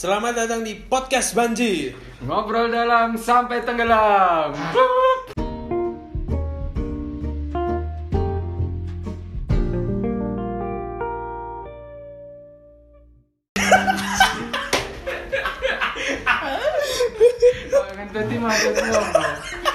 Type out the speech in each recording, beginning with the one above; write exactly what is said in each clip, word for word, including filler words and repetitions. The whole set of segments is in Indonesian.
Selamat datang di Podcast Banjir. Ngobrol dalam sampai tenggelam. Kan tadi masuk ngomong.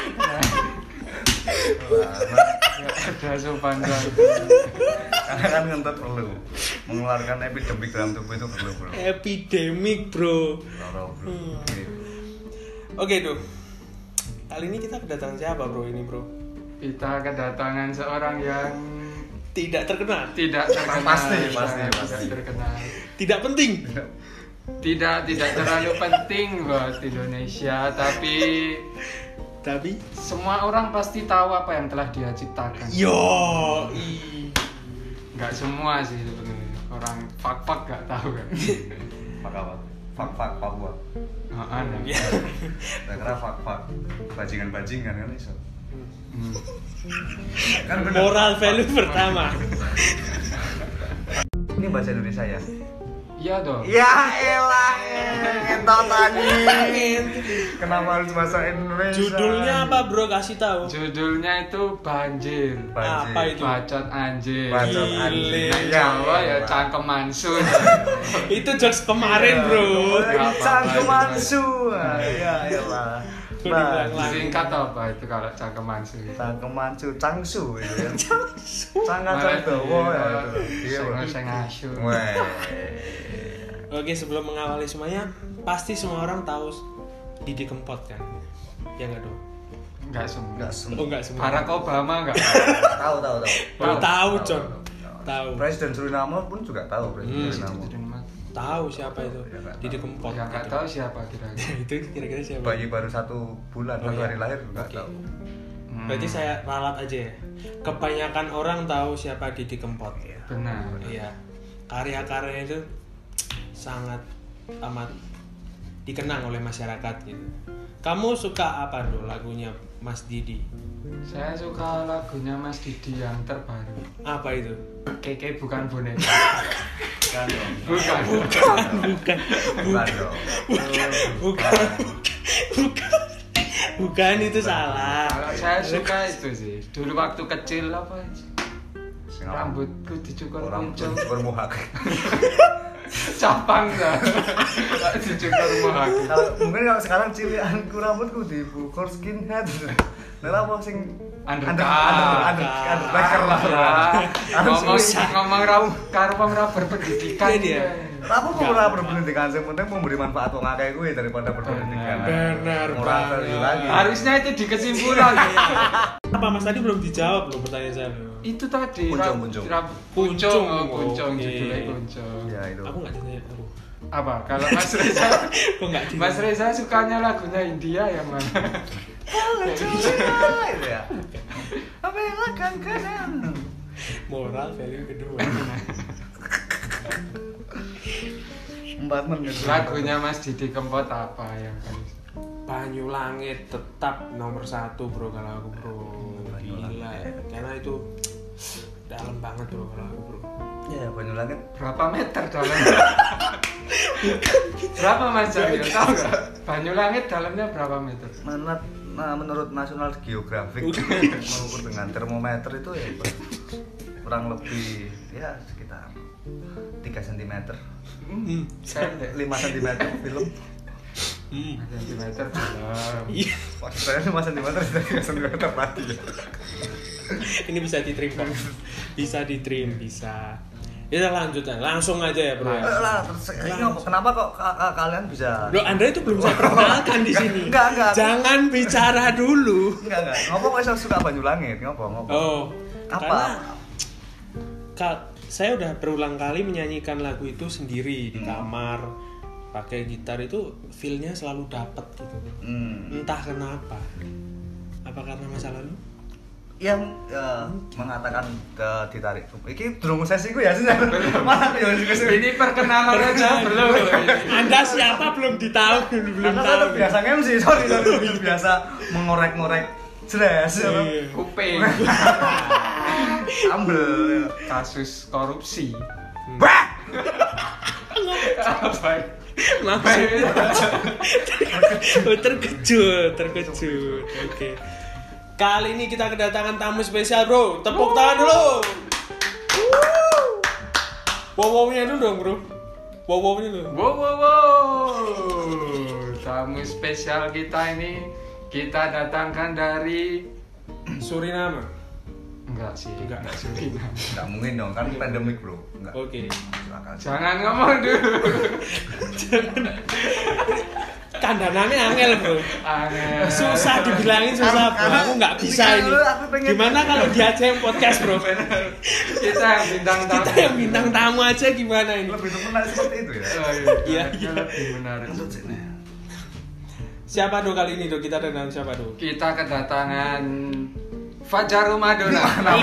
Ada sopan kan. Karena kan ngentot perlu mengeluarkan epidemik dalam tubuh itu perlu bro. Epidemik bro. Loro, bro. Hmm. Gitu. Oke tuh. Kali ini kita kedatangan siapa bro ini bro? Kita kedatangan seorang yang Tidak terkenal. tidak terkenal. Pasti, pasti, Tidak pasti. terkenal. Tidak penting. Tidak tidak terlalu penting buat Indonesia, tapi Tapi semua orang pasti tahu apa yang telah dia ciptakan. yo i. Nggak semua sih sebenarnya. Orang fak-fak nggak tahu kan. Fak apa? Fak fak Papua. Heeh. Ya. Saya kira fak fak bajingan-bajingan kan iso. Hmm. Kan bener. Moral Fak, value fak. pertama. Ini bahasa Indonesia ya? Iya dong. Ya elah, entot tadi. Kenapa harus bahasa Indonesia? Judulnya apa bro? Kasih tahu. Judulnya itu banjir. Banjir. Apa itu? Bacot anjir. Bacot Gile. anjing. Nah, Jawa ya cangkem mansun. Itu jokes kemarin bro. Cangkem mansu. Ya elah. Nah, Singkat apa itu kalau cangkem mansun? cangkem mansu, cangsu itu ya. Sangat dawa ya. Iya, Bro. Sing asu. Weh. Oke, sebelum mengawali semuanya, pasti semua orang tahu Didi Kempot kan? Ya nggak dong? Enggak semua. Enggak semua. Oh nggak semua. Barack Obama enggak? Tahu tahu tahu. Baru tahu, John. Tahu. Tahu. Presiden Suriname pun juga tahu Hmm. Presiden Suriname. Tahu siapa itu? Ya, nggak Didi tahu. Kempot. Ya enggak gitu. tahu siapa kira-kira. Itu kira-kira siapa? Bayi baru satu bulan, Oh, satu iya. hari lahir enggak Oke. tahu. Hmm. Berarti saya ralat aja ya. Kebanyakan orang tahu siapa Didi Kempot. Benar. Iya. Karya-karyanya itu sangat amat dikenang oleh masyarakat gitu. Kamu suka apa dulu lagunya Mas Didi? Saya suka lagunya Mas Didi yang terbaru. Apa itu? Keke bukan boneka. Bukan dong. Bukan. Bukan. Bukan dong. Bukan. Bukan. Bukan itu salah. Kalau saya suka itu sih. Dulu waktu kecil apa? Sing Rambutku dicukur orang kuncung. bermuhak. Capang dah. Dicukur mohak. Kalau mungkin kalau sekarang cilianku rambutku dibukur skinhead. Nah, apa sing Undercut. under undertaker lah. Ngomong ngomong ra karo wong ra berpendidikan Iya, dia. Apa kok ora berpendidikan, yang penting memberi manfaat wong akeh kuwi daripada berpendidikan. Benar Moral banget. value lagi. Harusnya itu di kesimpulan. Apa Mas tadi belum dijawab loh pertanyaan saya. Itu tadi Kuncung, ra- kuncung. ra- Kuncung. kuncung oh, kuncung Oke. judulnya kuncung. Ya itu. Aku nggak ditanya. Aduh. Apa kalau Mas Reza Kok nggak ditanya? Mas Reza sukanya lagunya India yang mana? Itu ya. Apa yang akan kanan? Moral value kedua. Empat menit. Lagunya Mas Didi Kempot apa yang kan? Banyu Langit tetap nomor satu bro kalau aku bro. Banyu Gila. Langit. Karena itu dalam banget bro kalau aku bro. Ya, Banyu Langit. Berapa meter dalamnya? Berapa Mas Jamil? Tahu nggak? Banyu Langit dalamnya berapa meter? Menurut nah, menurut National Geographic mengukur dengan termometer itu ya kurang lebih ya sekitar tiga sentimeter. Hmm. Pendek. lima sentimeter film. Hmm. lima sentimeter dalam. Iya. Maksud saya lima sentimeter sudah tiga sentimeter tadi ya. Ini bisa ditrim kok. Bisa ditrim, bisa. Ya lanjut ya, langsung aja ya bro. Eh, lah, terus ini apa? Kenapa kok ka- ka- kalian bisa? Loh, Anda itu belum saya perkenalkan di sini. Enggak, enggak. Jangan bicara dulu. Enggak enggak. Ngopo kok iso suka Banyu Langit? Ngopo ngopo? Oh, Apa? karena Ka- saya udah berulang kali menyanyikan lagu itu sendiri di Hmm. kamar, pakai gitar itu feel-nya selalu dapet gitu. Hmm. Entah kenapa. Apa karena masa lalu? Yang eh, mengatakan ke ditarik. Iki durung sesi ku ya sih. Mana aku ya sesi. Ini perkenalan aja belum. Anda siapa belum ditahu, belum Karena saya tahu. terbiasa M C, sorry, sorry, terbiasa mengorek-ngorek jelas. Iya. Kuping. Ambel. Kasus korupsi. Bah! Apa? Maksudnya oh, terkejut, terkejut. Oke. Kali ini kita kedatangan tamu spesial, Bro. Tepuk tangan dulu. Wow-wow-nya dulu dong, Bro. Wow-wow-nya dulu. Wow, wow, wow. Tamu spesial kita ini kita datangkan dari Suriname. enggak sih, Enggak. enggak Suriname. Enggak mungkin dong, kan pandemik, Bro. Enggak. Oke. Silakan. Jangan ngomong dulu. Kandanannya angel, Bro. Aneh. Susah dibilangin susah, Bro. Aku nggak bisa ini. Gimana kalau dia aja yang podcast, Bro? Kita yang bintang tamu. Kita yang bintang tamu aja gimana ini? Lebih temenan seperti itu ya. Oh, iya, Iya, kita iya. lebih menarik. Untuk sini. Siapa do kali ini do? Kita kedatangan siapa do? Kita kedatangan Fajar Madonna.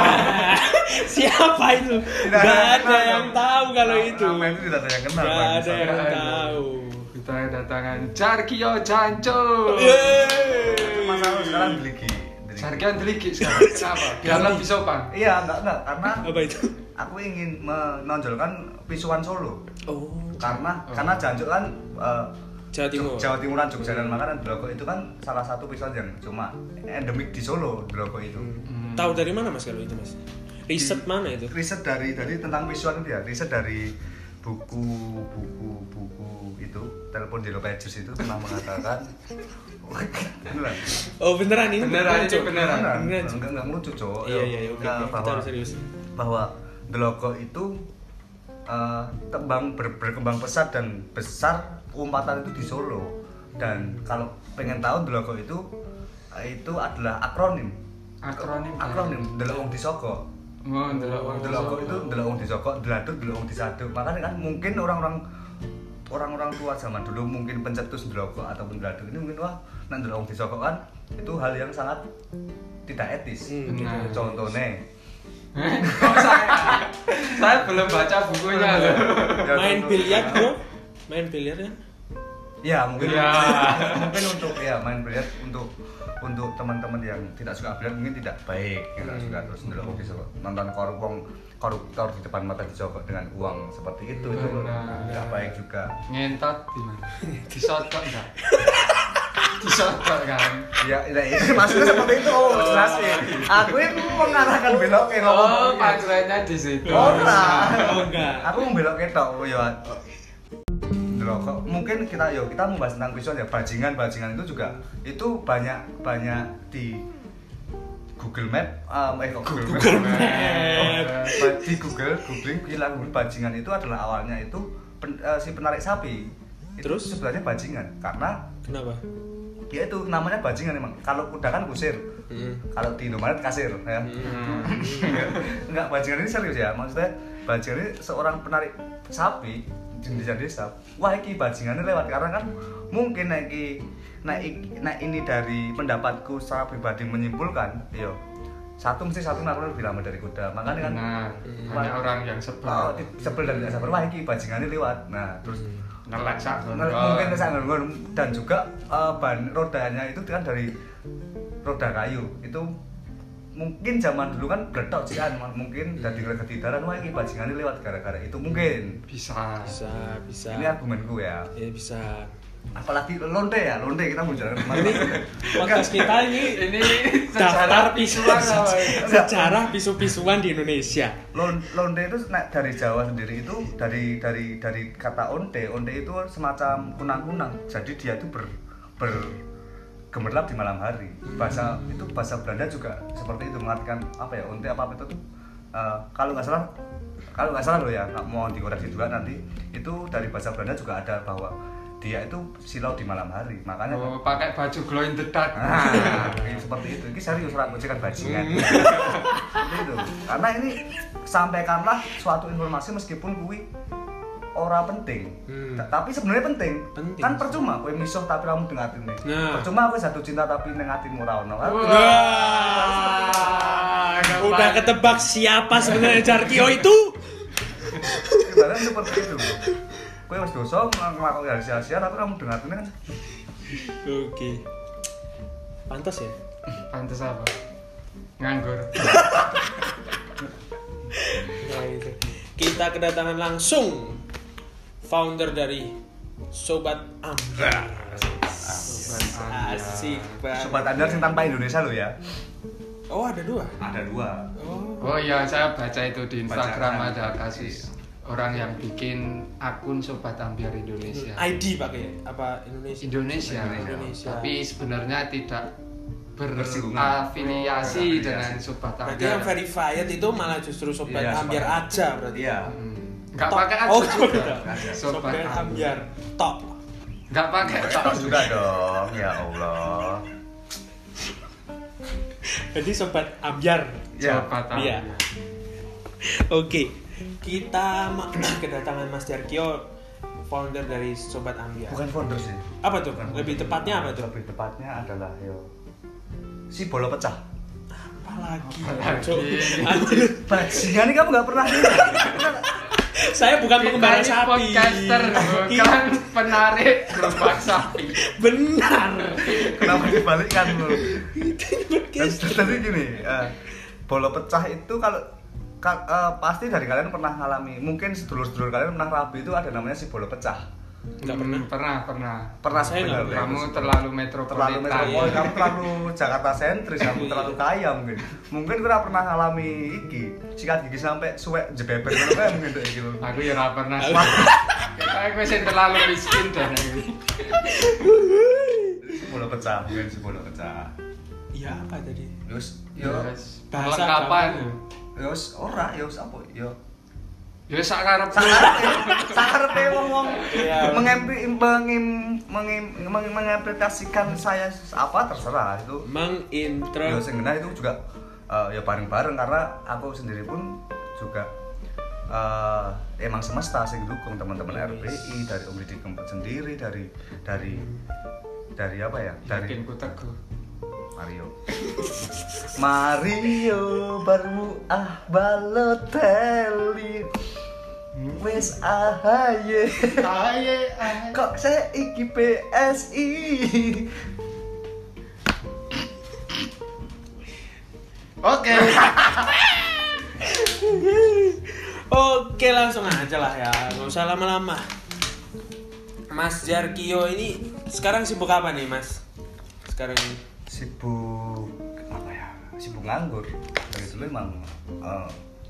Siapa itu? Tidak Gak ada ada yang yang kenal, tahu kalau Nama- itu. nama itu tidak ada yang kenal, Gak Bang. ada yang Ada. tahu. Kita kedatangan Jarkio Janco. Yeay. Masalah sekarang deligi. Deligi. Jarkio Deliki sekarang. Kenapa? Biar lebih sopan. Iya, enggak enggak karena Apa itu? aku ingin menonjolkan visuan Solo. Oh, Karena Oh. karena Janjuk kan eh, Jawa Timur. Jawa Timuran Jogja dan makanan Deloko itu kan salah satu visual yang cuma endemik di Solo, Deloko itu. Hmm. Tahu dari mana Mas kalau itu, Mas? Riset mana itu? Riset dari dari tentang visual itu ya, riset dari buku buku buku itu telepon Yellow Pages itu pernah mengatakan beneran Oh, beneran ini? Beneran, ini Cok? beneran. Beneran, Cok? enggak enggak melucu cowok Iya, iya, iya, oke, oke. Kita bahwa harus serius. bahwa Deloko itu eh, tembang ber- berkembang pesat dan besar umpatan itu di Solo. Dan kalau pengen tahu Deloko itu eh, itu adalah akronim Akronim. akronim Delok Wong Disoko. Oh, ndelok wong Deloko Solo. itu Delok Wong Disoko, Deladuk Delok Wong Disaduk. Makanya kan mungkin orang-orang orang-orang tua zaman dulu mungkin pencetus Deloko ataupun Deladuk ini mungkin wah nang Delok Wong Disoko kan itu hal yang sangat tidak etis. Hmm, Nah. Contohnya Kok saya? Saya belum baca bukunya loh. ya, Main contoh- biliar, Bro? Main biliar kan? Ya mungkin Ya. mungkin untuk ya main biliar untuk untuk teman-teman yang tidak suka biliar mungkin tidak baik, tidak suka terus Delok Wong Disoko. Nonton korupong koruptor di depan mata disogok dengan uang seperti itu itu Benar. tidak baik juga. Ngentot di mana? Disodok enggak? Disodok kan. Ya, ya, ini maksudnya seperti itu oh jelas ya. Aku ini mengarahkan belok ke Oh, panggilannya di situ. Oh, enggak. Oh, enggak. Aku membelok ke tok oh ya. Delok kok mungkin kita yo kita membahas tentang visual ya bajingan bajingan itu juga itu banyak banyak di Google Map um, eh kok Google, Google Map. Map. Oh, di Google googling bilang bajingan itu adalah awalnya itu pen- eh, si penarik sapi. Itu Terus? sebenarnya bajingan karena Kenapa? dia itu namanya bajingan emang. Kalau kuda kan kusir. Hmm. Kalau di Indomaret kasir ya. Hmm. Enggak, bajingan ini serius ya. Maksudnya bajingan ini seorang penarik sapi di desa-desa. Wah, iki bajingannya lewat karena kan mungkin nek iki nek iki- nek ini dari pendapatku secara pribadi menyimpulkan, yo. Satu mesti satu naruh lebih lama dari kuda. Makanya kan Nah, banyak orang yang sebel. oh, di- sebel dan tidak sabar. Wah, iki bajingannya lewat. Nah, terus Nelek sak Nge- mungkin kesana dan juga eh, ban rodanya itu kan dari roda kayu itu mungkin zaman dulu kan gletok sih kan mungkin dari ketidakdaran wah ini bajingannya lewat gara-gara itu mungkin bisa. Bisa, bisa. ini argumenku ya Ya bisa. apalagi lonte ya lonte kita mau jalan kemana Ini podcast kita ini Ini daftar sejarah visual visual apa ini? sejarah pisu-pisuan di Indonesia. Lon- lonte itu nah, dari Jawa sendiri itu dari dari dari kata onte onte itu semacam kunang-kunang jadi dia itu ber, ber gemerlap di malam hari bahasa itu bahasa Belanda juga seperti itu mengartikan apa ya onte apa apa itu tuh eh, kalau nggak salah kalau nggak salah loh ya nggak mau dikoreksi juga nanti itu dari bahasa Belanda juga ada bahwa dia itu silau di malam hari makanya Oh, pakai baju glow in the dark. nah, ini seperti itu. Ini serius orang kucikan bajingan. Seperti itu. Karena ini sampaikanlah suatu informasi meskipun kui ora penting. Hmm. Ta- Tapi sebenarnya penting. Penting. Kan percuma kowe misuh tapi kamu dengan hati nih. Nah. Percuma kowe jatuh cinta tapi ning atimu ora ono. Kan? Wah, udah ketebak siapa sebenarnya Jarkio itu? Ibaratnya seperti itu. Kowe wis dosa nglakoni hal sia-sia tapi kamu dengan hati kan. Oke. Pantas ya? Pantes apa? Nganggur. Nah, itu. Kita kedatangan langsung founder dari Sobat Ambyar. Sobat Ambyar. Asik banget. Sobat Ambyar sing tanpa Indonesia lo ya. Oh, ada dua. Ada dua. Oh. Oh iya, saya baca itu di Instagram Baca, ada kan? kasus orang yang bikin akun Sobat Ambyar Indonesia. I D pakai apa Indonesia? Indonesia. Indonesia. Tapi sebenarnya tidak Bersinggungan. berafiliasi Berafiliasi. dengan Sobat Berarti Ambyar. yang verified itu malah justru Sobat Iya, Ambyar Sobat. aja berarti. Iya. Hmm. Nggak Tok. pakai aja Oh, juga. beda. Sobat Sobat Ambyar. Ambyar. Tok. Nggak pakai Tahu juga dong. Ya Allah. Jadi Sobat Ambyar. Ya. Sobat Iya. Ambyar. Oke, kita ma- kedatangan Mas Jarkio, founder dari Sobat Ambyar. Bukan founder sih. Apa tuh? Bukan Lebih founder. tepatnya apa tuh? Lebih tepatnya adalah yo si bola pecah. Apalagi. Apalagi. Cok. Anjir. Bajingan ini kamu nggak pernah lihat. Saya bukan pengembara Kita ini sapi. podcaster, bukan penarik gerobak sapi. Benar. Kenapa dibalikkan lo? Podcast. Tadi gini, eh, bola pecah itu kalau ka- eh, pasti dari kalian pernah ngalami, mungkin sedulur-sedulur kalian pernah rabi itu ada namanya si bola pecah. Enggak pernah. Hmm, pernah, pernah. Pernah Saya benar, nggak benar. Kamu terlalu terlalu metropolitan. metropolitan, kamu terlalu Jakarta sentris, kamu Iya. terlalu kaya mungkin. Mungkin kira pernah ngalami iki, sikat gigi sampai suwek jebeber ngono kae mungkin kayak gitu. Aku ya ora pernah. Kita aku sing terlalu miskin dan ini. Bola pecah, mungkin si bola pecah. Iya apa tadi? Yus, yo, Yes. Bahasa Perlengkapan. kamu. yus, ora, yus apa, yo. Ya sak karepmu. Sakarepe, sakarepe wong-wong Iya. mengempi mengim, mengim, meng- menginterpretasikan saya apa terserah itu. Mengintro. Ya sing ngena itu juga eh, ya bareng-bareng karena aku sendiri pun juga eh, emang semesta sing dukung teman-teman R P I dari Om Didi Kempot sendiri dari dari dari apa ya? Dari Yakin ku teguh. Mario. Mario baru ah Balotelli. Wes ahaye. Aye, aye. Kok saya iki P S I. Oke. Oke, langsung aja lah ya, nggak usah lama-lama. Mas Jarkio ini sekarang sibuk apa nih, Mas? Sekarang ini. Sibuk apa ya? Sibuk nganggur. Dari dulu emang eh,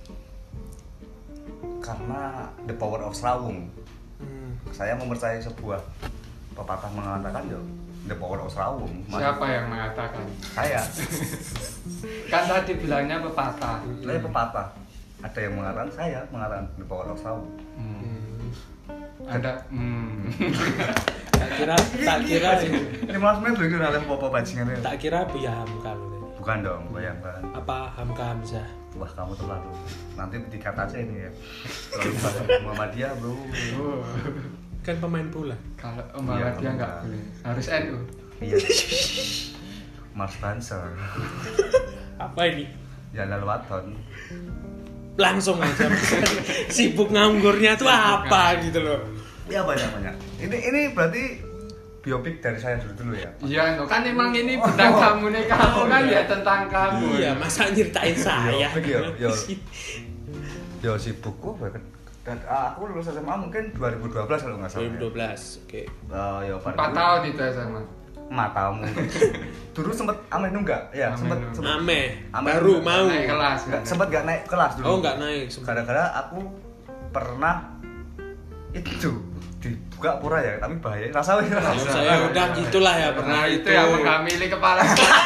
karena the power of Serawung. Hmm. Saya mempercayai sebuah pepatah mengatakan yo the power of Serawung. Siapa yang mengatakan? Saya. Kan tadi bilangnya pepatah. Saya pepatah. Ada yang mengatakan saya mengatakan the power of Serawung. Hmm. Ada hmm. Tak kira, tak kira, Ini malas menit loh itu oleh popo bajingannya. tak kira Buya Hamka loh tadi. Bukan dong, bayangkan. Apa Hamka Hamzah? Wah kamu terlalu. Nanti dikat aja ini ya. Terlalu banyak Muhammadiyah bro. Oh. Kan pemain bola. Kalau Muhammadiyah Iya, nggak enggak. boleh. Harus N U. Iya. Mas Banser. Apa ini? Jalal Waton. Langsung aja. Sibuk nganggurnya tuh apa gitu loh. Ya banyak banyak. Ini ini berarti biopik dari saya dulu dulu ya. Iya, no. Kan emang ini tentang Oh. kamu nih kamu Oh, kan iya. ya tentang kamu. Iya, masa nyeritain saya. Yo, yo, yo. Yo sibuk kok banget. Dan ah, aku lulus S M A mungkin dua ribu dua belas kalau nggak salah. dua ribu dua belas, oke. Oh, yo pada Empat dulu- tahun itu S M A. Matamu. Dulu sempet ameh nunggak? Ya, Ameh sempet nunggak. sempet. Ame, Ame baru juga. mau. Naik kelas. Nggak, sempet gak naik kelas dulu. Oh, nggak naik. sempet. Gara-gara aku pernah itu dibuka pura ya, tapi bahaya. Rasa wih, Ya, rasa. saya udah gitulah ya pernah Nah, itu itu. yang menghamili kepala.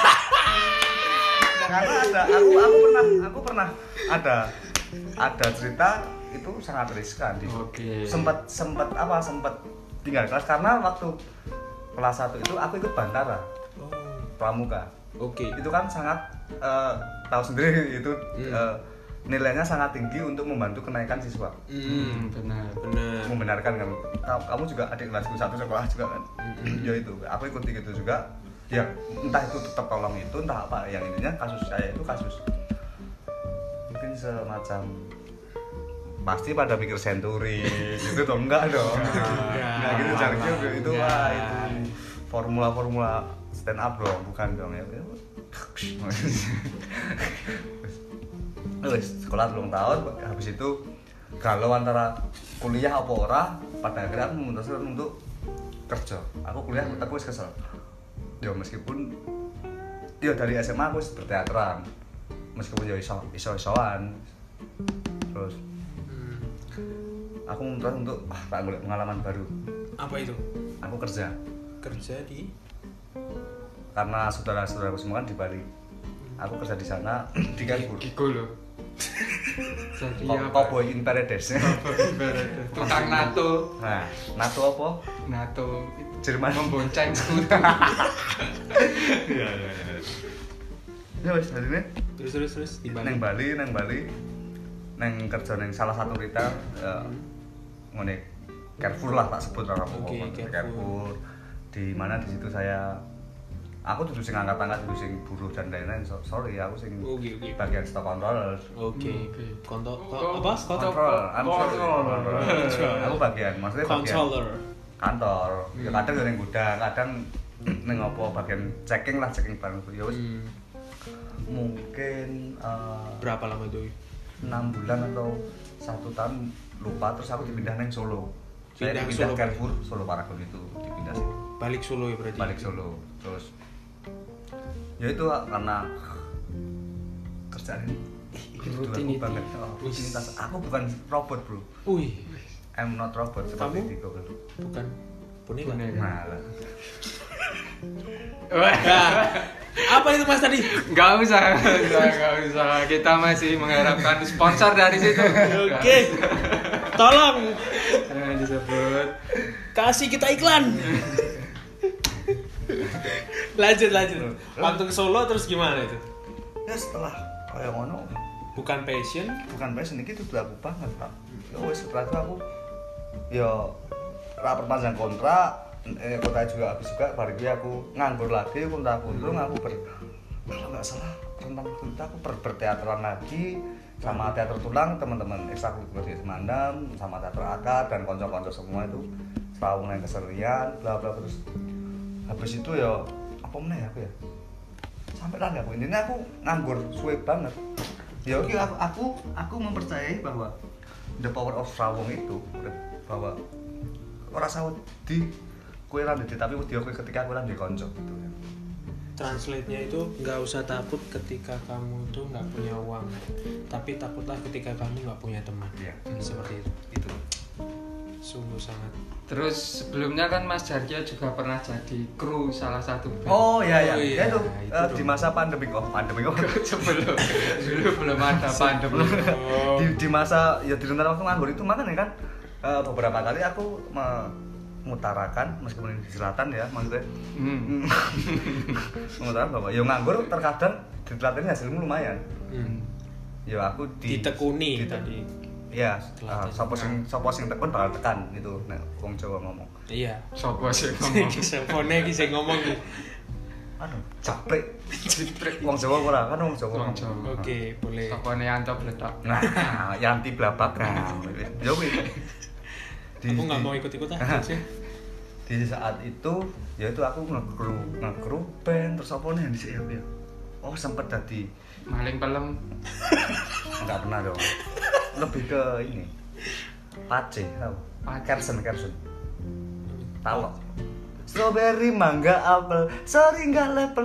Karena ada aku aku pernah aku pernah ada ada cerita itu sangat riskan di Oke. sempat sempat apa sempat tinggal kelas karena waktu kelas satu itu aku ikut Bantara Oh, Pramuka. oke. Itu kan sangat eh, tahu sendiri itu Hmm. eh, nilainya sangat tinggi untuk membantu kenaikan siswa. Hmm, Hmm, benar. benar. Membenarkan kan kamu, kamu juga adik kelasku satu sekolah juga kan. Mm-mm. Ya itu aku ikut gitu juga. Ya entah itu tetap tolong itu entah apa yang intinya kasus saya itu kasus mungkin semacam pasti pada mikir senturi gitu dong enggak dong Enggak. enggak gitu Jarkio itu Enggak. wah itu formula-formula stand up dong bukan dong ya wes sekolah belum tahun habis itu kalau antara kuliah apa ora pada akhirnya aku memutuskan untuk kerja. Aku kuliah aku wis kesel. Ya meskipun ya dari S M A aku wis berteateran. Meskipun ya iso iso-isoan. Terus Hmm. aku memutuskan untuk ah, tak golek pengalaman baru. Apa itu? Aku kerja Kerja di karena saudara-saudaraku semua kan di Bali. Aku kerja di sana di Carrefour. Gigo loh. Jadi Ko- apa? Cowboy in Paradise. Tukang NATO. Nah, NATO apa? NATO Jerman. membonceng skuter. Iya, iya, iya. Ya wis dadine terus terus terus di nang Bali. Bali, nang Bali. Nang kerja nang salah satu retail uh, ngene Carrefour lah tak sebut lah apa Oke, Carrefour. Carrefour. Di mana di situ saya aku duduk sing angkat-angkat, duduk sing buruh dan lain-lain. So, sorry, aku sing Oke, oke. bagian stock controller. Oke. Oke. Konto Oh, apa? Konto Control, I'm sorry. Control. Aku bagian, maksudnya bagian controller. kantor. Ya Hmm. kadang yo ning gudang, kadang ning apa bagian checking lah, checking barang. Ya wis Hmm. mungkin uh, Berapa lama itu? enam bulan atau satu tahun lupa, terus aku dipindah neng Solo. Saya Pindah ke dipindah Solo, Carrefour Solo Paragon itu dipindah sih. Balik Solo ya berarti. Balik Solo. Terus ya itu karena kerjaan ini itu aku Rutinity. banget. Oh, rutinitas. Aku bukan robot, Bro. Wih, I'm not robot seperti Kamu? Diko. bukan boneka. Boneka. Nah, lah. Nah, apa itu Mas tadi? Gak usah, gak usah, gak usah. Kita masih mengharapkan sponsor dari situ. Oke. Tolong Jangan disebut. kasih kita iklan. lanjut lanjut. Waktu ke Solo terus gimana itu? Ya setelah kayak ngono Bukan passion. bukan passion iki itu aku banget, Pak. Ya wis setelah itu aku ya ra perpanjang kontrak, eh kontrak juga habis juga baru itu aku nganggur lagi, kontrak untung aku ber kalau nggak salah rentang waktu itu aku ber, berteateran lagi sama teater tulang teman-teman ekstrakurikuler di Semandam sama teater akar dan konco-konco semua itu selalu nang kesenian bla bla terus habis itu ya apa meneh aku ya sampai lah aku intinya aku nganggur suwe banget ya oke aku aku aku mempercayai bahwa the power of rawong itu bahwa ora sawet di kue ra ndek tapi wedi kowe ketika kowe ra ndek kanca gitu ya. Translate-nya itu nggak usah takut ketika kamu tuh nggak punya uang, tapi takutlah ketika kamu nggak punya teman. Iya. Seperti itu. Itu. Sungguh sangat. Terus sebelumnya kan Mas Jargio juga pernah jadi kru salah satu band. Oh iya ya, Oh, iya, ya itu, itu eh, dong. di masa pandemi kok, pandemi kok. sebelum dulu belum ada pandemi. Oh. di, di masa ya di rentang waktu nganggur itu makanya kan eh, beberapa kali aku mengutarakan meskipun ini di selatan ya maksudnya Hmm. mengutarakan bahwa ya nganggur terkadang di selatan ini hasilmu lumayan. Hmm. Ya aku di Ditekuni dite- tadi. Ya, uh, Selatan. sapa sing sapa sing tekun bakal tekan gitu nek wong Jawa ngomong. Iya. Sopo sih ngomong. Sempone iki sing ngomong iki. Aduh, capek. Jiprik. Wong Jawa ora kan wong Jawa. Wong ngomong. Jawa. Oke, boleh. Sopo Neanto bletok. Nah, Yanti blabak nah. Ya wis. Di- Aku nggak di- mau ikut-ikut aja sih. Di saat itu ya itu aku ngekru ngekru band terus apa nih yang dhisik ya. Oh, sempet dadi Maling pelem. enggak pernah dong. Lebih ke ini. Pace, tahu? Pace. Kersen, Kersen. Tahu. Strawberry, mangga, apel, sorry nggak level.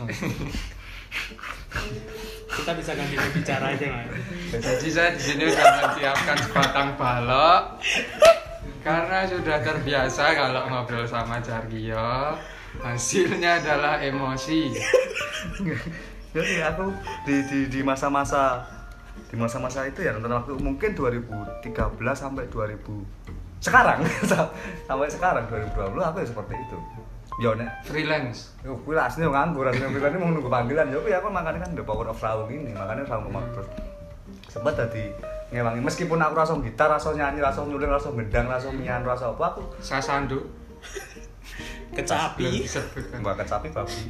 Kita bisa ganti bicara aja nggak? Jadi saya di sini sudah menyiapkan sebatang balok karena sudah terbiasa kalau ngobrol sama Jargio hasilnya adalah emosi. Jadi aku di di di masa-masa di masa-masa itu ya rentang waktu mungkin dua ribu tiga belas sampai dua ribu sekarang sampai sekarang dua ribu dua puluh aku ya seperti itu. Yo nek Freelance. yo kuwi lah asline yo nganggur, asline kuwi mau nunggu panggilan yo ya aku makanya kan the power of rawung ini, makanya rawung omah terus. Sempat dadi ngewangi meskipun aku rasa gitar, rasa nyanyi, rasa nyuling, rasa gendang, rasa nyanyi, rasa apa aku Sasanduk. Kecapi. Belum disebutkan. mbak kecapi babi.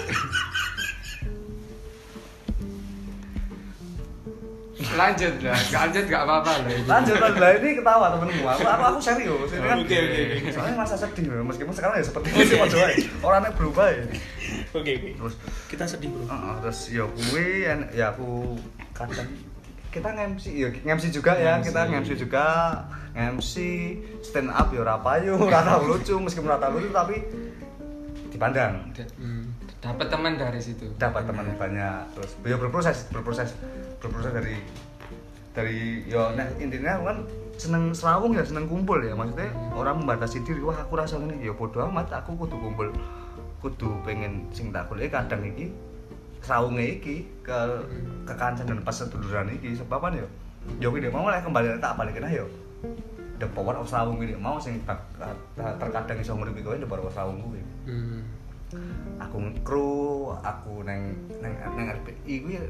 Lanjut lah, lanjut gak apa-apa lah ini. Lanjut lah ini ketawa temenmu. Aku aku, aku serius. Ini kan Oke, oke, oke. soalnya masa sedih loh, meskipun sekarang ya seperti ini Mas Joy. Orangnya berubah ya. Oke, oke. Terus Kita sedih, Bro. heeh, terus ya kuwi en- ya aku kadang kita nge-M C ya nge-M C juga ya, kita nge-M C juga, nge-M C stand up ya ora payu, ora tau lucu, meskipun ora tau lucu tapi dipandang. Hmm. Dapat teman dari situ. Dapat teman banyak, terus ya berproses, berproses, berproses dari dari yo nek intinya kan seneng serawung ya, seneng kumpul ya, maksudnya orang membatasi diri, wah aku rasa ini ya bodo amat, aku kudu kumpul, kudu pengen sing tak golek kadang iki serawunge iki ke ke kancan dan pas seduluran iki sebab apa ya yo iki mau lek kembali tak balikin ayo the power of serawung iki mau sing tak, terkadang iso nguripi kowe the power of serawung kuwi. Hmm. Aku kru, aku neng neng neng R P I kuwi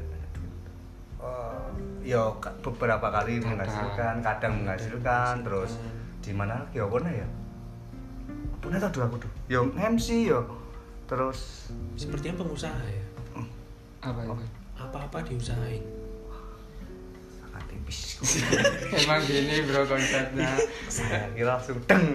Uh, yo beberapa kali kadang. menghasilkan, kadang menghasilkan, terus di mana lagi apa ya? Apa nih tadi aku tuh? Yo M C yo, terus sepertinya pengusaha ya. Apa itu? Apa-apa diusahain. Sangat tipis. Emang gini bro konsepnya. Saya kira langsung deng.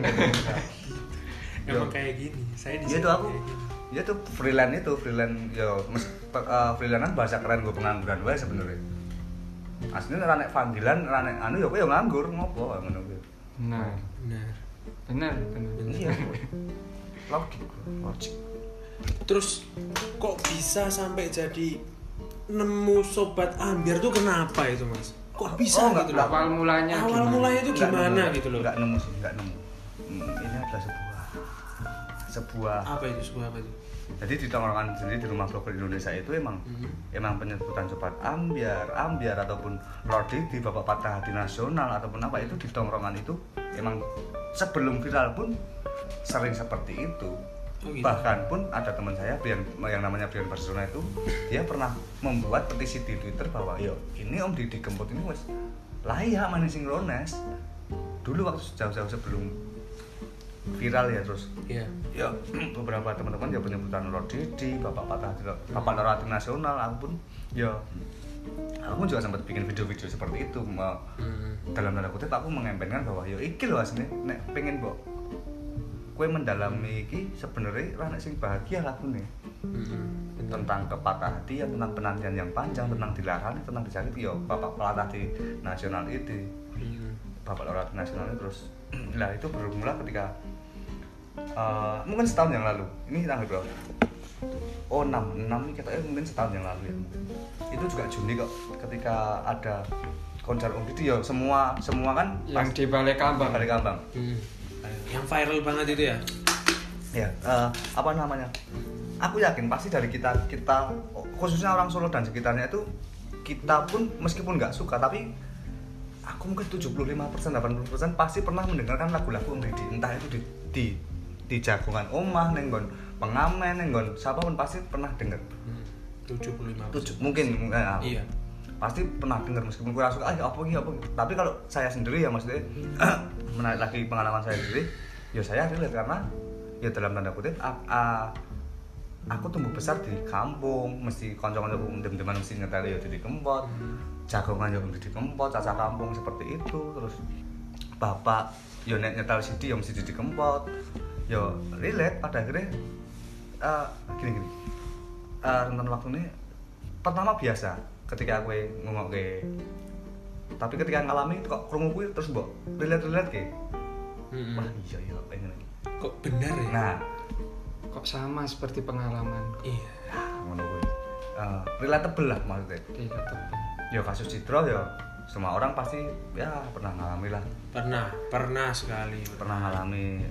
Emang kayak gini. Saya di sini. Iya tuh aku. Iya tuh freelance itu freelance yo mes, uh, freelance kan bahasa keren gue pengangguran wae sebenarnya. Aslinya ora nek panggilan, ora nek anu ya kowe ya nganggur ngopo ngono kuwi. Nah, benar. Benar, benar. Iya. Logik, logik. Terus kok bisa sampai jadi nemu sobat ambiar tuh kenapa itu, Mas? Kok bisa oh, gitu loh? Awal mulanya Awal gimana? mulanya itu gimana nemu, gitu loh? Enggak nemu sih, enggak nemu. Hmm, ini adalah sebuah sebuah apa itu sebuah apa itu? Jadi di tongkrongan sendiri di rumah blogger Indonesia itu emang mm-hmm. emang penyebutan sobat ambiar, ambiar ataupun Lord Didi, Bapak Patah Hati Nasional ataupun apa itu di tongkrongan itu emang sebelum viral pun sering seperti itu. Oh, gitu? Bahkan pun ada teman saya Brian, yang namanya Brian Barcelona itu dia pernah membuat petisi di Twitter bahwa yo ini Om Didi Kempot ini wes layak manis sinkrones. Dulu waktu jauh-jauh sebelum viral ya terus yeah. Ya beberapa teman-teman ya penyebutan Lord Didi, Bapak Patah Hati, Bapak Lord Nasional, aku pun ya aku pun juga sempat bikin video-video seperti itu mm. dalam tanda kutip aku mengempenkan bahwa ya iki loh aslinya nek pengen mbok kowe mendalami iki sebenarnya ra nek sing bahagia lagune mm. tentang kepatah hati, tentang penantian yang panjang, tentang dilarang, tentang disakiti ya Bapak Patah Hati Nasional itu mm. Bapak Lord Nasional itu terus lah itu bermula ketika uh, mungkin setahun yang lalu ini tanggal berapa? Oh enam, enam ini katanya mungkin setahun yang lalu ya. Itu juga Juni kok ketika ada konser Om Didi ya semua semua kan yang di Balai Kambang. Balai Kambang. Hmm. Yang viral banget itu ya? Ya uh, apa namanya? Aku yakin pasti dari kita kita khususnya orang Solo dan sekitarnya itu kita pun meskipun nggak suka tapi aku mungkin tujuh puluh lima persen, delapan puluh persen pasti pernah mendengarkan lagu-lagu Om Didi, entah itu di di, di jagongan omah, nenggon pengamen, nenggon siapapun pasti pernah dengar. Hmm, tujuh puluh lima persen. Mungkin enggak. Iya. Pasti pernah dengar meskipun kurang suka, ah apa gitu apa gitu. Tapi kalau saya sendiri ya maksudnya menarik lagi pengalaman saya sendiri, ya saya relate karena ya dalam tanda kutip a, a, aku tumbuh besar di kampung, mesti kanca-kancaku dem-deman mesti ngeteli ya Didi Kempot. Jagongan ya Didi Kempot, caca kampung seperti itu. Terus bapak ya nek nyetel C D ya mesti Didi Kempot. Ya relate pada akhirnya uh, gini-gini. Uh, rentan waktu ini pertama biasa ketika aku ngomongke. Tapi ketika ngalami kok krungu kuwi terus mbok relate-relate ke. Mm-hmm. Wah iya iya pengen lagi. Kok benar ya? Nah, kok sama seperti pengalaman. Iya. Ngono kuwi. Uh, relatable lah maksudnya. Relatable. Ya kasus Citro ya semua orang pasti ya pernah ngalami lah. Pernah, pernah sekali. Pernah ngalami.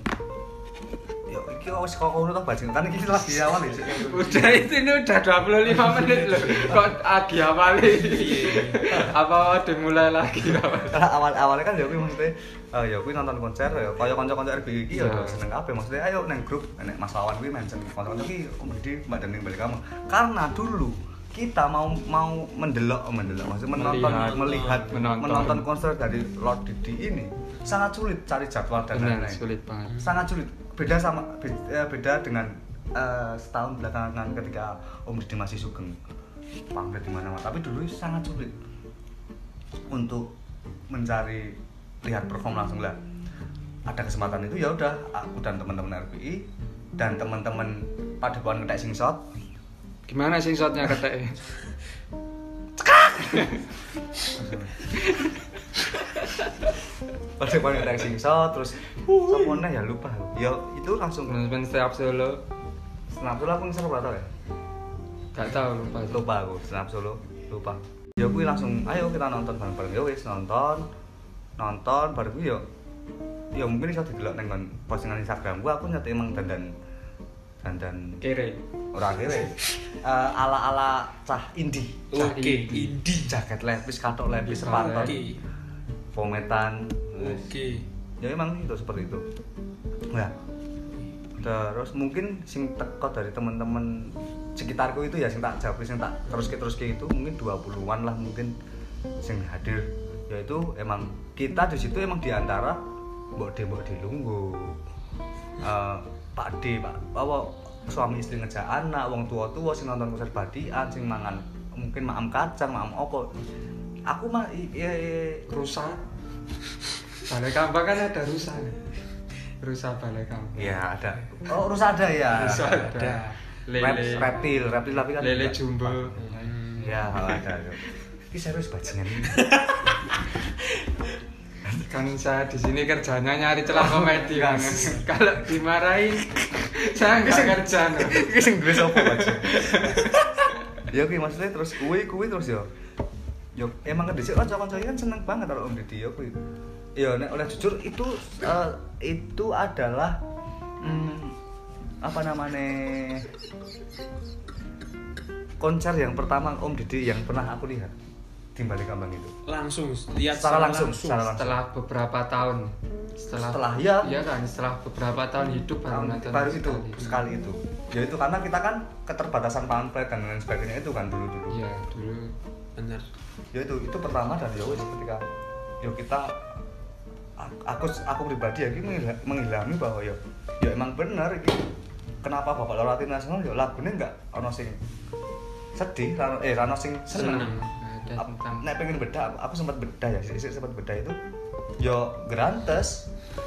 Ya iki wis kok ngono to bajing kan iki lagi awal ya. Udah itu ini udah dua puluh lima menit loh. Kok lagi awal ini? Apa dimulai lagi awal-awalnya kan ya kuwi maksudnya uh, ya kuwi nonton konser ya kaya kanca-kanca R B I iki ya udah seneng kabeh maksudnya ayo nang grup nek Mas Wawan kuwi mention kanca-kanca iki Om Didi Mbak Dening balik kamu. Karena dulu kita mau mau mendelok mendelok maksudnya menonton melihat, melihat menonton. menonton konser dari Lord Didi ini sangat sulit cari jadwal dan lain-lain. Sulit banget. Sangat sulit. Beda sama beda, beda dengan uh, setahun belakangan ketika Om Didi masih sugeng pamflet di mana-mana. Tapi dulu sangat sulit untuk mencari lihat perform langsung lah. Ada kesempatan itu ya udah aku dan teman-teman R B I dan teman-teman Padepokan Ketek Sing Shot. Gimana sing shotnya ketek? Cekak Pada paling ada singso terus sopo ya lupa. Ya itu langsung Manajemen Snap Solo. Snap Solo aku ngisor berapa ya? Gak tahu lupa. Lupa aku, Snap Solo, lupa. Ya kuwi langsung ayo kita nonton bareng-bareng ya wis nonton. Nonton bareng kuwi yo. Ya mungkin iso didelok nang postingan Instagram gua aku nyata emang dandan dandan Kere. ora kere. Uh, ala-ala cah indie. Oke, indie. Jaket lepis, katok lepis, Oke. sepatu, fometan. Oke. Ya emang itu seperti itu. Nah, terus mungkin sing teko dari teman-teman sekitarku itu ya sing tak jawab sing tak terus-terus kayak itu mungkin dua puluhan lah mungkin sing hadir. Yaitu emang kita di situ emang diantara mbok de mbok de lungguh. Uh, Pak D, Pak, apa suami istri ngejak anak, wong tua-tua sing nonton konser badian, sing mangan mungkin maam kacang, maam opo. Aku mah iya Rusa. Balai Kambang kan ada rusa. Rusa Balai Kambang. iya ada. Oh, rusa ada ya. Rusa Ada. ada. Rep, Lele. reptil, reptil tapi kan Lele juga- jumbo. Iya, ada. Ini serius bajingan ini. Kan saya di sini kerjanya nyari celah komedi kan. Kalau dimarahin saya nggak kerja. No. Iki sing duwe sapa bajingan. Ya kuwi maksudnya terus kuwi kuwi terus yo. Yo emang kedhisik kanca-kanca kan seneng banget kalau Om Didi yo kuwi. Ya nek oleh jujur itu eh, itu adalah hmm, apa namanya konser yang pertama Om Didi yang pernah aku lihat di Balai Kambang itu. Langsung lihat Secara langsung, secara langsung. Setelah beberapa tahun setelah Setelah, ya. iya kan setelah beberapa tahun hidup baru Tahun- nonton baru itu sekali. sekali itu. Ya itu karena kita kan keterbatasan pamflet dan lain sebagainya itu kan dulu-dulu. Iya dulu bener. Ya itu itu pertama dan ya wis ketika yo kita aku aku pribadi ya iki menghila- menghilami bahwa ya ya emang bener iki kenapa Bapak Lorati Nasional ya lagune enggak ono sing sedih rano, eh rano sing seneng. seneng ada Ap- tentang Nek pengen bedah aku sempat bedah ya sih sempat bedah itu yo grantes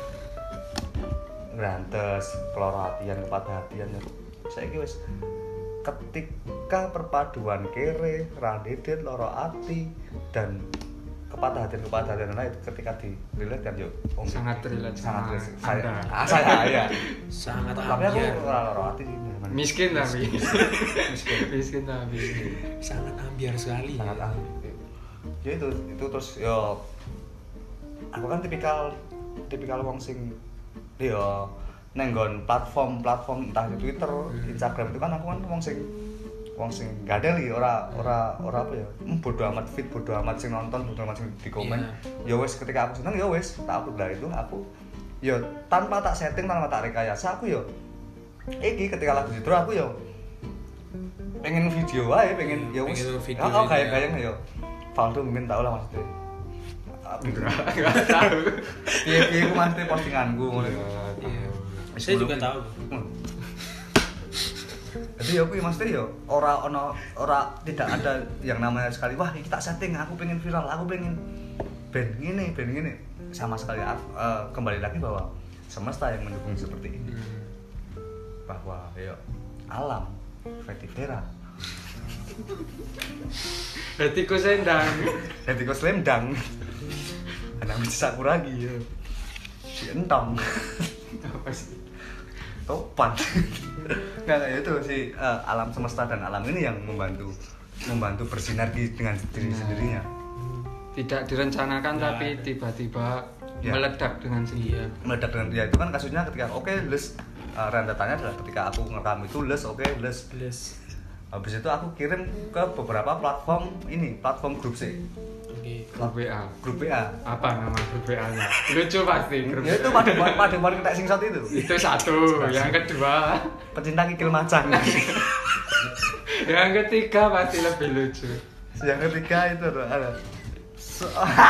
grantes keloro hatian kepada hatian ya saiki wis ketika perpaduan kere randedet loro ati dan kepada hatian kepada hatian lain ketika dirilis kan yo Om Sangat Didi. relate sangat sama relate saya Anda. ah, saya ya Sangat tapi aku ambiar. ora loro ati sih memang. miskin tapi miskin miskin tapi Sangat ambiar sekali. sangat ahli ya itu itu terus yo aku kan tipikal tipikal wong sing yo nenggon platform platform entah di Twitter Instagram itu kan aku kan wong sing wong sing gadeli ora ora ora apa ya hmm, bodo amat fit bodo amat sing nonton bodo amat sing di komen ya wes ketika aku seneng ya wes tak upload lah itu aku yo tanpa tak setting tanpa tak rekayasa aku yo iki ketika lagu judul aku yo pengen video aja pengen ya wes Pengen video oh, oh ini, kayak ya. kayak yo Valdo mungkin tau lah maksudnya nggak tahu iya iya aku maksudnya postinganku ngono Iya. Wis Saya ngono juga kuwi. tahu. Hmm. Jadi ya kuwi maksudnya ya ora ono ora tidak ada yang namanya sekali wah iki tak setting aku pengen viral aku pengen band gini band gini sama sekali aku, eh, kembali lagi bahwa semesta yang mendukung seperti ini Hmm. bahwa ya alam Fetty Vera hatiku sendang Hetiko Slemdang anak Michi Sakuragi ya si Entong apa sih topan nggak kayak itu si eh, alam semesta dan alam ini yang membantu membantu bersinergi dengan diri Nah. sendirinya tidak direncanakan Nah, tapi ada. tiba-tiba Ya. meledak dengan sendiri Iya. meledak dengan dia itu kan kasusnya ketika oke les uh, rentetannya adalah ketika aku ngerekam itu les oke les Plus. habis itu aku kirim ke beberapa platform ini platform grup C Oke. grup W A grup B A apa nama grup W A nya lucu pasti grup ya itu W A. pada pada pada kita singshot itu itu satu yang kedua pecinta kikil macang yang ketiga pasti lebih lucu yang ketiga itu ada so,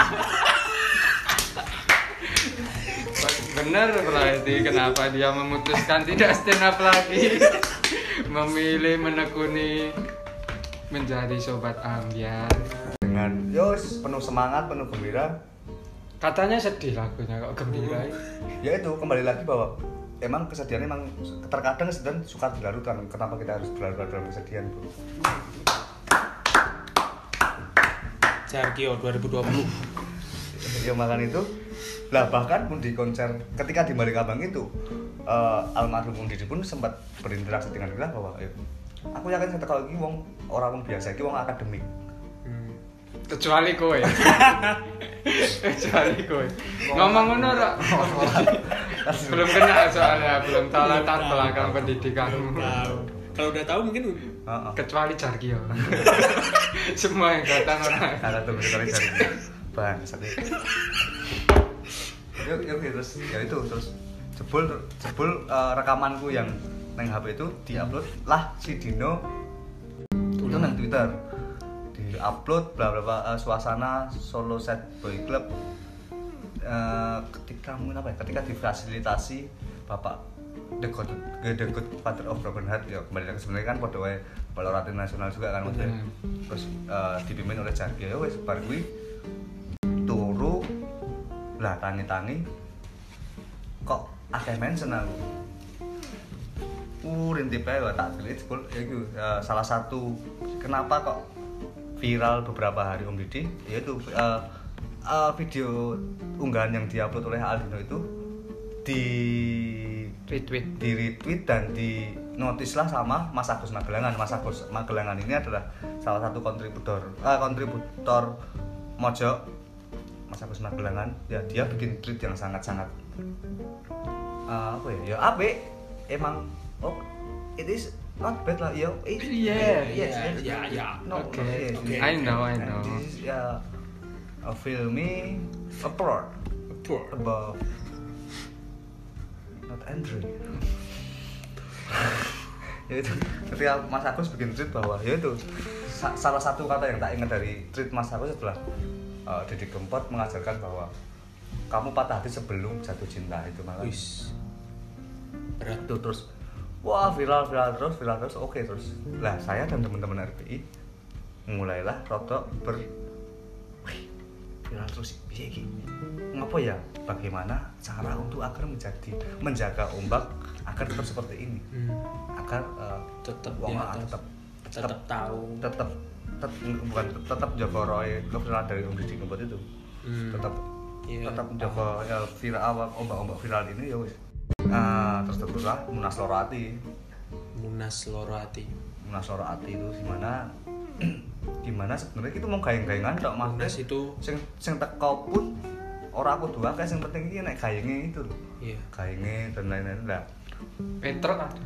bener berarti kenapa dia memutuskan tidak stand up lagi memilih menekuni menjadi sobat ambiar dengan yos penuh semangat penuh gembira katanya sedih lagunya kok gembira ya itu kembali lagi bahwa emang kesedihan emang terkadang kesedihan suka dilarutkan kenapa kita harus berlarut dalam kesedihan bro Jargio dua ribu dua puluh. Ya makan itu lah, bahkan pun di konser ketika di Balikabang itu uh, almarhum Om Didi pun sempat berinteraksi dengan kita bahwa ya, aku yakin saya kalau iki wong orang wong biasa, iki wong akademik. Hmm. Kecuali kowe. Kecuali kowe. Ngomong ngono ora? Belum kena soalnya, belum tahu latar belakang pendidikanmu. Tahu. Kalau udah tahu mungkin Heeh. Kecuali Jargio. Semua yang datang orang. Ada tuh sekali dari bang sate. Yuk, yuk, terus ya itu terus jebul jebul uh, rekamanku yang neng H P itu diupload lah si Dino itu nang Twitter, diupload bla bla bla uh, suasana Solo Set Boy Club uh, ketika mungkin apa ya ketika difasilitasi Bapak The God, The Good Father of Broken Heart ya kembali lagi sebenarnya kan pada wae Balorati nasional juga kan maksudnya terus uh, dipimpin oleh Jargio ya wes bar kuwi turu lah tangi-tangi kok akeh mention aku uh rintip ae tak delete full ya itu uh, salah satu kenapa kok viral beberapa hari Om Didi yaitu uh, uh, video unggahan yang diupload oleh Aldino itu di Retweet, di retweet dan di notice lah sama Mas Agus Magelangan. Mas Agus Magelangan ini adalah salah satu kontributor uh, kontributor Mojok Mas Agus Magelangan ya, dia bikin tweet yang sangat-sangat uh, apa ya ya apik emang oh it is not bad lah yo it, Yeah, yes, yeah, yes, yeah, yeah. no, Oke, no, yes, oke. yes. I know, I And know. this is uh, a filmy approach Poor. about not Andrew. Ya itu ketika Mas Agus bikin tweet bahwa ya itu sa- salah satu kata yang tak ingat dari tweet Mas Agus adalah uh, Didi Kempot mengajarkan bahwa kamu patah hati sebelum jatuh cinta itu malah. Wis. Berat. Itu terus wah viral viral terus viral terus oke terus lah saya dan teman-teman R P I mulailah rotok ber wih viral terus piye iki ngapa ya bagaimana cara untuk agar menjadi menjaga ombak agar tetap seperti ini Hmm. agar uh, Tetap wong di ah, atas. tetap Tetap tahu. tetap tetap bukan tetap jaga roy keviral dari Om Didi Kempot itu Hmm. tetap Iya. tetap menjaga ya, viral awal ombak-ombak viral ini ya wis ah terus teruslah Munas Loro Ati Munas Loro Ati. Munas Loro Ati itu gimana gimana sebenarnya kita mau gaeng-gaengan tok Mas Munas itu sing sing teko pun ora aku dua kae sing penting iki nek gaenge itu lho iya. gaenge dan lain-lain lah Petruk ada.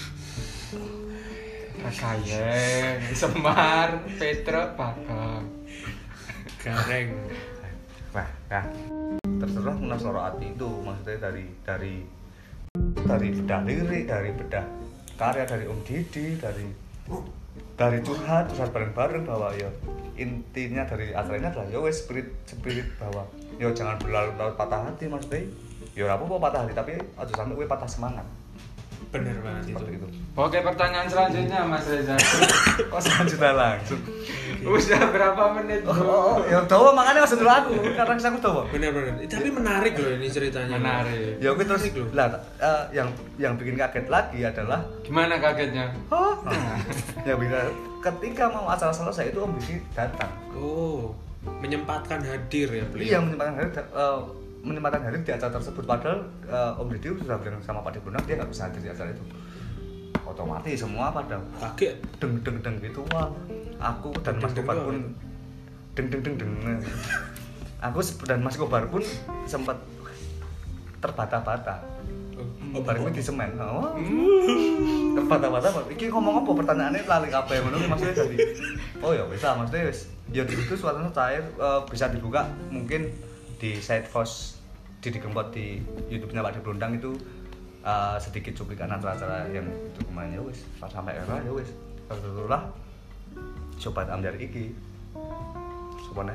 Kakayeng, Semar, Petruk, Bagong. Gareng. wah nah terserah Munas Loro Ati itu maksudnya dari dari dari bedah lirik dari bedah karya dari Om Didi dari dari curhat curhat bareng-bareng bahwa ya intinya dari acaranya adalah ya wes spirit spirit bahwa ya jangan berlarut-larut patah hati maksudnya ya ora apa-apa patah hati tapi aja sampai kowe patah semangat Bener banget itu. seperti itu. Oke, pertanyaan selanjutnya Mas Reza. Oh selanjutnya langsung. Udah berapa menit? Oh, Bro? oh, oh, ya tahu makanya masuk dulu aku karena aku tahu. Bener-bener. Eh, tapi menarik loh ini ceritanya. Menarik. Ya aku terus Menarik loh. lah eh, yang yang bikin kaget lagi adalah Gimana kagetnya? oh, yang bikin ketika mau acara selesai itu Om Didi datang. Oh, menyempatkan hadir ya beliau. Iya menyempatkan hari uh, menyempatkan hari di acara tersebut padahal uh, Om Didi sudah bilang sama Pak Dibunang dia nggak bisa hadir di acara itu. Otomatis semua pada Kaget. deng deng deng gitu wah. Aku dan Mas Deng-deng Kobar doang pun itu. deng deng deng deng. Aku dan Mas Kobar pun sempat terbata-bata. Oh, Bareng di semen. Oh. Terbata-bata. Iki ngomong apa pertanyaannya lali kabeh ngono maksudnya tadi. Oh ya bisa maksudnya wis ya di situ suasana cair uh, bisa dibuka mungkin di side post Didi Kempot di YouTube-nya Pak Diblundang itu uh, sedikit cuplikan acara-acara yang itu kemarin ya wis sampai era ya wis teruslah sobat amdar iki supone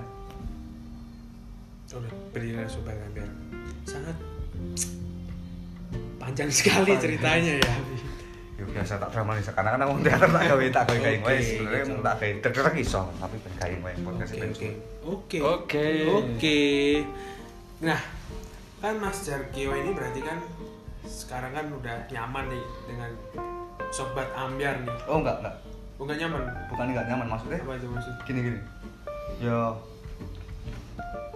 Udah berilah sobat ambiar. Sangat panjang sekali ceritanya ya. ya biasa tak drama nih karena kan aku teater tak gawe tak gawe gawe Oke, sebenarnya gitu. mau tak gawe terus iso tapi ben gawe wae podcast Oke, ben oke. Oke. Oke. Oke. Nah, kan Mas Jargio ini berarti kan sekarang kan udah nyaman nih dengan sobat ambiar nih. oh enggak enggak Bukan nyaman. bukan enggak nyaman maksudnya Apa itu maksud? gini gini ya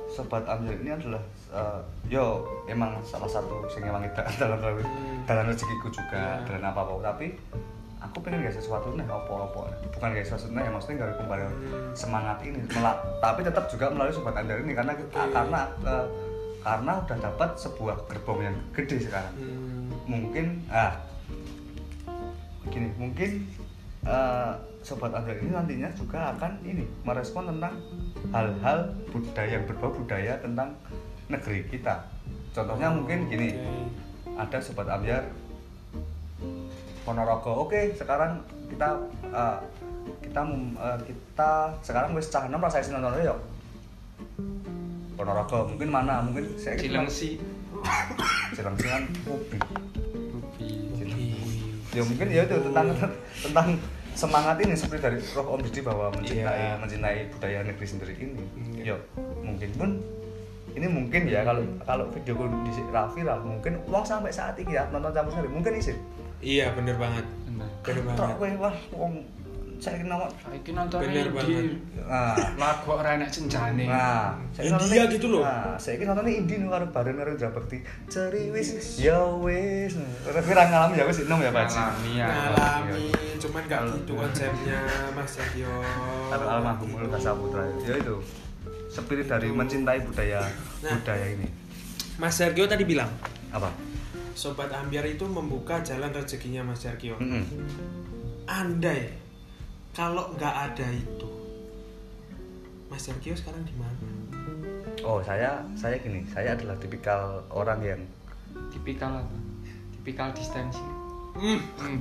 Sobat Ambil ini adalah uh, yo emang salah satu sing ngewangi dalam dalam rezekiku juga, yeah. dalam apa-apa, tapi aku pengen gak sesuatu nih apa-apa. Bukan gak sesuatu nih, ya maksudnya gak kembali hmm. semangat ini, Melak, tapi tetap juga melalui Sobat Ambil ini karena okay. karena uh, karena udah dapat sebuah gerbong yang gede sekarang. Hmm. Mungkin ah gini, mungkin uh, Sobat Ambil ini nantinya juga akan ini merespon tentang hal-hal budaya yang berbau budaya tentang negeri kita. Contohnya oh, mungkin gini, okay. ada Sobat Ambyar Ponorogo. Oke, sekarang kita uh, kita uh, kita sekarang wis cah enom rasane nonton yo. Ponorogo mungkin mana? Mungkin saya Cilengsi. Cilengsi kan Ubi. Ubi. Ya mungkin ya itu tentang tentang semangat ini seperti dari Roh Om Didi bahwa mencintai yeah. mencintai budaya negeri sendiri ini. Yeah. Yo, mungkin pun ini mungkin ya kalau kalau video di viral mungkin uang sampai saat ini ya nonton campur sari mungkin isi. Iya bener banget. Bener banget. Trok kowe wah wong saiki nonton saiki nonton bener banget. Nah, lagu ora enak jenjane. Nah, India gitu loh. Nah, saiki nonton indie karo bareng karo Indra Bekti. Ceriwis ya wis. Ora kira ngalami ya wis enom ya Pak. Ngalami ya. Ngalami, cuman gak gitu konsepnya Mas Jagyo. Karo almarhum Ulfa Saputra. Ya itu. Spirit dari mencintai budaya nah, budaya ini. Mas Jargio tadi bilang apa? Sobat Ambyar itu membuka jalan rezekinya Mas Jargio. Mm-hmm. Andai kalau nggak ada itu, Mas Jargio sekarang di mana? Oh saya saya gini, saya adalah tipikal orang yang tipikal apa? Tipikal distensi. Hmm. Hmm.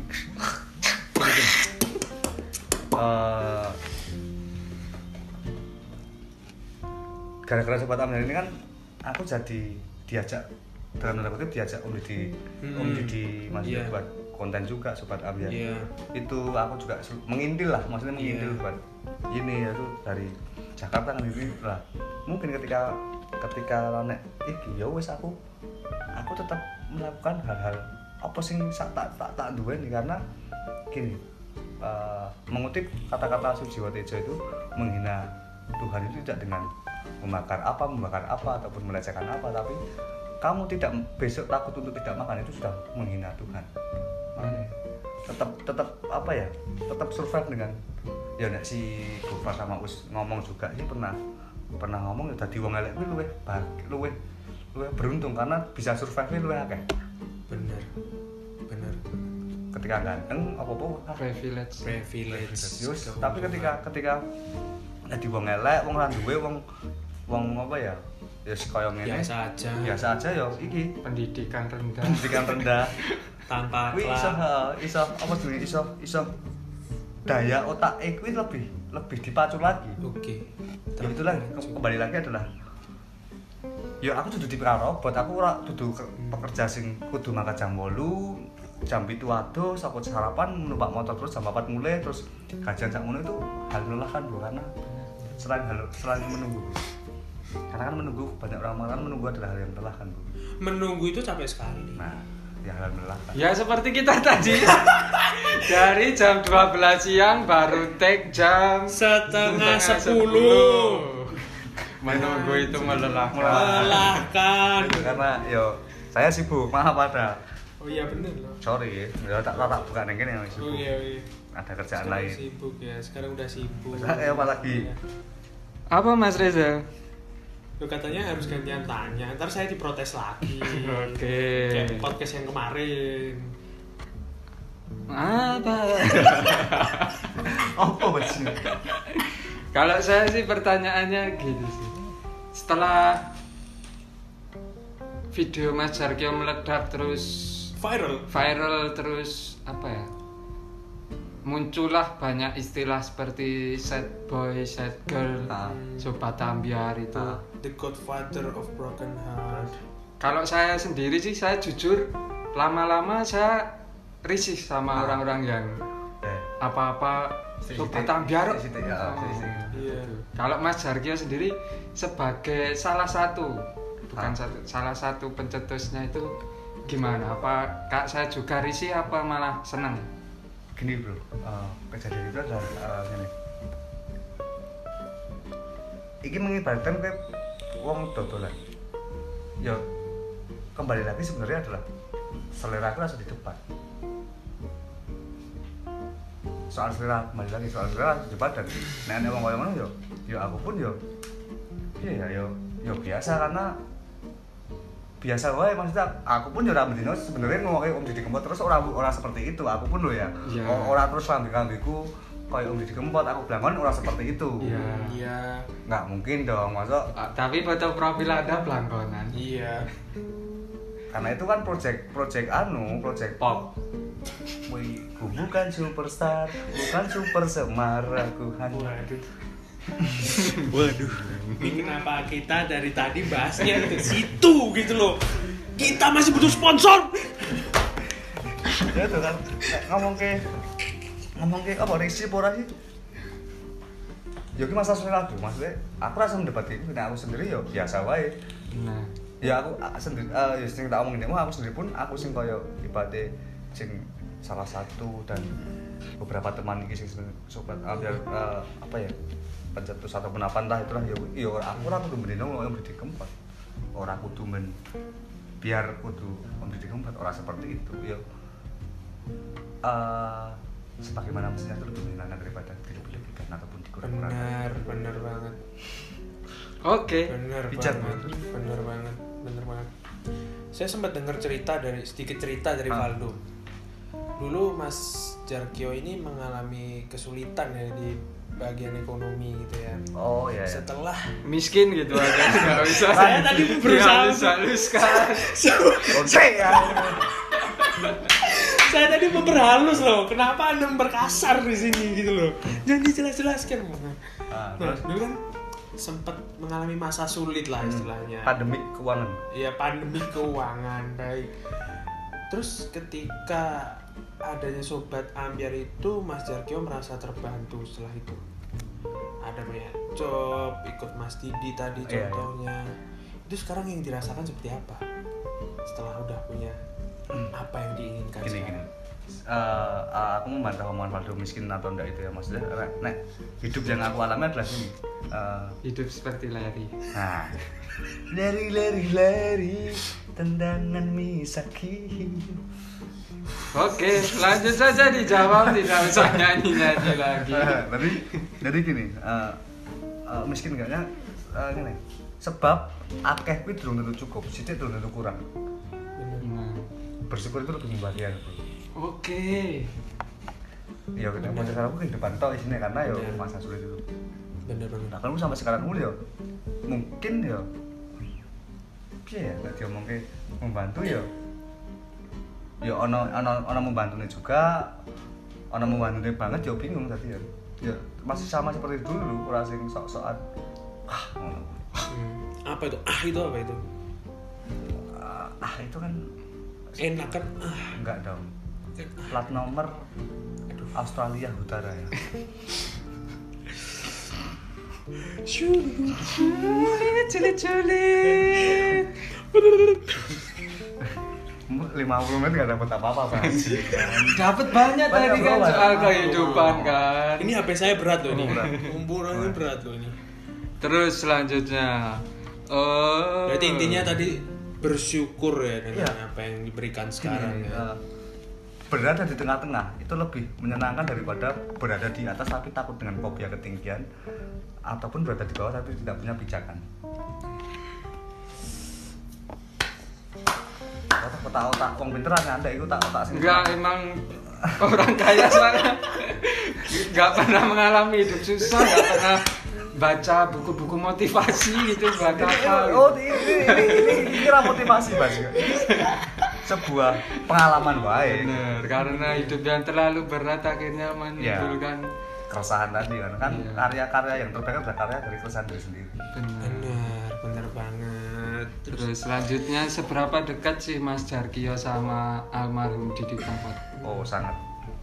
uh, gara-gara Sobat Ambyar ini kan aku jadi diajak dalam tanda kutip diajak Om Didi hmm. Om Didi maksudnya yeah. buat konten juga Sobat Ambyar. Yeah. Itu aku juga mengintil lah, maksudnya mengintil yeah. buat ini ya tuh dari Jakarta kan ini lah. Mungkin ketika ketika nek iki ya wis aku aku tetap melakukan hal-hal apa sing tak tak tak, tak duweni karena gini uh, mengutip kata-kata Sujiwo Tejo itu menghina Tuhan itu tidak dengan membakar apa, membakar apa ataupun melecehkan apa, tapi kamu tidak besok takut untuk tidak makan itu sudah menghina Tuhan. Makanya tetap tetap apa ya? Tetap survive dengan ya nek si Gofar sama Us ngomong juga sih pernah pernah ngomong ya dadi wong elek kuwi luwih luwih luwih beruntung karena bisa survive luwih akeh. Bener. Bener. Ketika ganteng apa-apa privilege privilege. Yus, tapi ketika ketika dadi wong elek, wong ra duwe wong wong apa ya? Ya kaya ngene. Biasa aja. Biasa aja ya iki pendidikan rendah. Pendidikan rendah. Tanpa kuwi iso iso apa jenenge iso iso daya otak eh kuwi lebih lebih dipacu lagi. Oke. Okay. Ya itulah kembali lagi adalah ya aku dudu tipe robot, aku ora dudu pekerja sing kudu mangkat jam wolu, jam pitu adus, aku sarapan numpak motor terus jam empat mulai terus gajian sak ngono itu hal melelahkan Bu karena selain hal selain menunggu. Karena kan menunggu banyak orang mengatakan menunggu adalah hal yang melelahkan Bu. Menunggu itu capek sekali. Nah, ya hal melelahkan. Ya seperti kita tadi dari jam dua belas siang baru take jam setengah sepuluh. Menunggu itu melelahkan. Melelahkan. Karena yo saya sibuk, maaf ada. Oh iya bener loh. Sorry, ya tak tak buka neng kene yang sibuk. Oh iya iya. Ada kerjaan sekarang lain. Sibuk ya, sekarang udah sibuk. Eh apa lagi? Ya. Apa Mas Reza? Lo katanya harus gantian tanya, ntar saya diprotes lagi. Oke. Okay. Kayak podcast yang kemarin. Apa? Apa Mas? Kalau saya sih pertanyaannya gitu sih. Setelah video Mas Jargio meledak terus viral, viral terus apa ya? Muncullah banyak istilah seperti sad boy, sad girl, ah. Sobat Ambyar itu. Ah. The Godfather of Broken Heart. Kalau saya sendiri sih, saya jujur lama-lama saya risih sama ah. orang-orang yang eh. apa-apa Sobat Ambyar. Ya, iya. Kalau Mas Jargio sendiri sebagai salah satu, bukan ah. satu, salah satu pencetusnya itu gimana? Apa kak saya juga risih apa malah senang? Gini bro, uh, kejadian itu adalah uh, gini. Iki mengibaratkan kayak wong dodolan. Ya kembali lagi sebenarnya adalah selera aku rasa di depan. Soal selera kembali lagi soal selera di depan dan nek wong koyo ngono yo yo aku pun yo iya ya yo yo biasa karena biasa wae maksudnya aku pun yo ora mendino sebenarnya ngomongke Om Didi Kempot terus ora ora seperti itu aku pun lho ya Ya. ora terus lambe-lambeku kayak Om Didi Kempot aku bilang kan ora seperti itu Iya. Iya. nggak mungkin dong masa Ah, tapi foto profil Anda belangkonan. Iya. karena itu kan project project anu project pop. Wih, ku bukan superstar, bukan super semar, aku hanya Waduh. Waduh. Ini kenapa kita dari tadi bahasnya ke situ gitu loh. Kita masih butuh sponsor. ya tuh kan ngomong ke ngomong ke apa reaksi pora sih? Ya ki masa selera tuh, maksudnya aku rasa mendapati itu, nah aku sendiri yo biasa wae. Nah, Ya aku uh, sendiri, uh, ya sing tak omongin aku sendiri pun aku sing koyo ibade sing salah satu dan beberapa teman iki sing sobat uh, biar uh, apa ya pencetus atau penapan lah itulah ya yo aku ora kudu mendino Om Didi Kempot. Ora kudu men biar kudu Om Didi Kempot ora seperti itu yo. Uh, sebagaimana mestinya itu lebih menyenangkan daripada dilebih-lebihkan ataupun dikurang-kurangkan. Benar, benar banget. oke. Benar Bijak, banget. Benar banget. Benar banget. Saya sempat dengar cerita dari sedikit cerita dari Ah. Valdo. Dulu Mas Jarkio ini mengalami kesulitan ya di bagian ekonomi gitu ya. Oh iya. iya. Setelah Miskin gitu aja, nggak usah. Saya tadi berusaha- dihalus-haluskan. Oke ya. saya tadi memperhalus loh. Kenapa Anda memperkasar di sini gitu loh? Jangan dijelas-jelaskan. Ah, Nah, terus dulu kan sempat mengalami masa sulit lah istilahnya. pandemik keuangan. Iya, pandemi keuangan baik. Terus ketika adanya Sobat Ambyar itu Mas Jarkio merasa terbantu setelah itu. Ada banyak job, ikut Mas Didi tadi Iya, iya. contohnya. Itu sekarang yang dirasakan seperti apa? Setelah udah punya apa yang diinginkan Gini gini. sekarang? Eh, eh, aku membantah omongan Valdo miskin atau enggak itu ya maksudnya. Nek hidup yang aku alami adalah ini. Eh, Hidup seperti Larry. nah, lari lari lari tendangan Misaki. Oke, lanjut saja dijawab, tidak usah nyanyi-nyanyi lagi. Jadi jadi gini. eh, eh, miskin enggaknya eh, gini. Sebab akeh kuwi durung tentu cukup, sithik durung tentu kurang. Nah, Bersyukur itu lebih membahagiakan. oke. Ya kita mau sekarang aku kehidupan tok isine karena ya Bener. masa sulit itu. Bener banget. Nah, kalau sampai sekarang pun ya mungkin ya piye ya nek diomongke membantu ya ya ono ono ono membantune juga ono membantune banget ya bingung tadi ya. Ya masih sama seperti dulu ora sing sok-sokan wah ngono. Hmm. Apa itu? Ah itu apa itu? Ah, ah itu kan Enak kan? Ah. enggak dong. Plat nomor Australia Utara ya. Culit-culit. lima puluh menit gak dapat apa-apa Pak. Dapat banyak Banyak, tadi kan bro, soal banyak. kehidupan kan. Ini H P saya berat loh ini. Oh, berat. Umpurannya berat loh ini. Terus selanjutnya. Oh. Berarti intinya tadi bersyukur ya dengan Iya. apa yang diberikan sekarang Gini, ya. eh, berada di tengah-tengah itu lebih menyenangkan daripada berada di atas tapi takut dengan fobia ketinggian ataupun berada di bawah tapi tidak punya pijakan. Otak-otak wong pinteran anda itu tak otak sing Enggak, emang orang kaya soalnya nggak pernah mengalami hidup susah, nggak pernah baca buku-buku motivasi gitu buat apa. Oh, ini ini ini, ini, ini kira motivasi Mas. Sebuah pengalaman wae. Bener, karena hidup yang terlalu berat akhirnya menimbulkan Keresahan tadi kan kan Iya. karya-karya yang terbaik adalah karya dari keresahan diri sendiri. benar. Benar, benar banget. Terus Terus selanjutnya seberapa dekat sih Mas Jarkio sama almarhum Didi Kempot? Oh sangat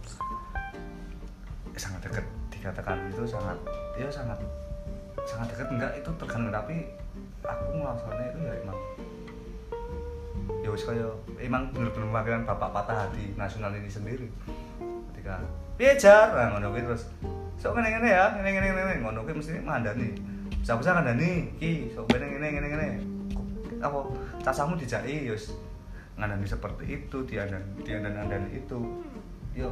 sangat dekat dikatakan itu sangat ya sangat sangat dekat enggak itu tergantung tapi aku ngerasanya itu ya emang ya wis kaya emang bener-bener mewakilkan bapak patah hati nasional ini sendiri ketika piye jar nah ngono kuwi terus sok ngene-ngene ya ngene-ngene ngene ngono kuwi mesti mandani bisa-bisa kandhani iki sok ngene ngene ngene ngene apa cacamu dijaki yus ngandani seperti itu diandan diandan-andan itu yo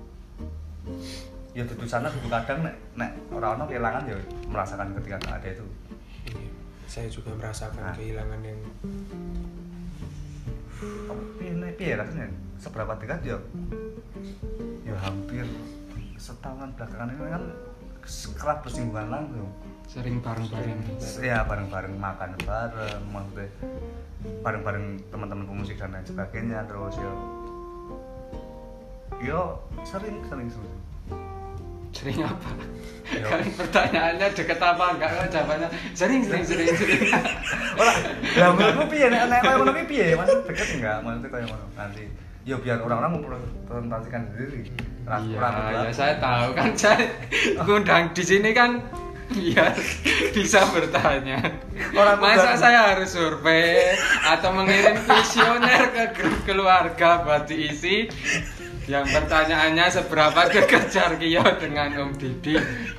ya dudu sana dudu kadang nek nek ora ono kehilangan ya merasakan ketika gak ada itu. Iya, saya juga merasakan nah. kehilangan yang piye nek piye rasanya seberapa dekat ya ya hampir setahunan belakangan ini kan kerap bersinggungan langsung sering bareng-bareng ya bareng-bareng makan bareng maksudnya bareng-bareng teman-teman pemusik dan lain sebagainya terus yo yo sering sering sering sering apa? Kan pertanyaannya deket apa enggak kan jawabannya sering sering sering sering. Ora, lah menurutmu piye nek nek koyo ngono ki piye? Maksud deket enggak? Maksudnya koyo ngono. Nanti ya biar orang-orang mempresentasikan diri. Iya, ya saya tahu kan saya ngundang di sini kan biar bisa bertanya. Orang masa saya harus survei atau mengirim kuesioner ke grup keluarga buat diisi yang pertanyaannya seberapa dekat Jarkio dengan Om Didi.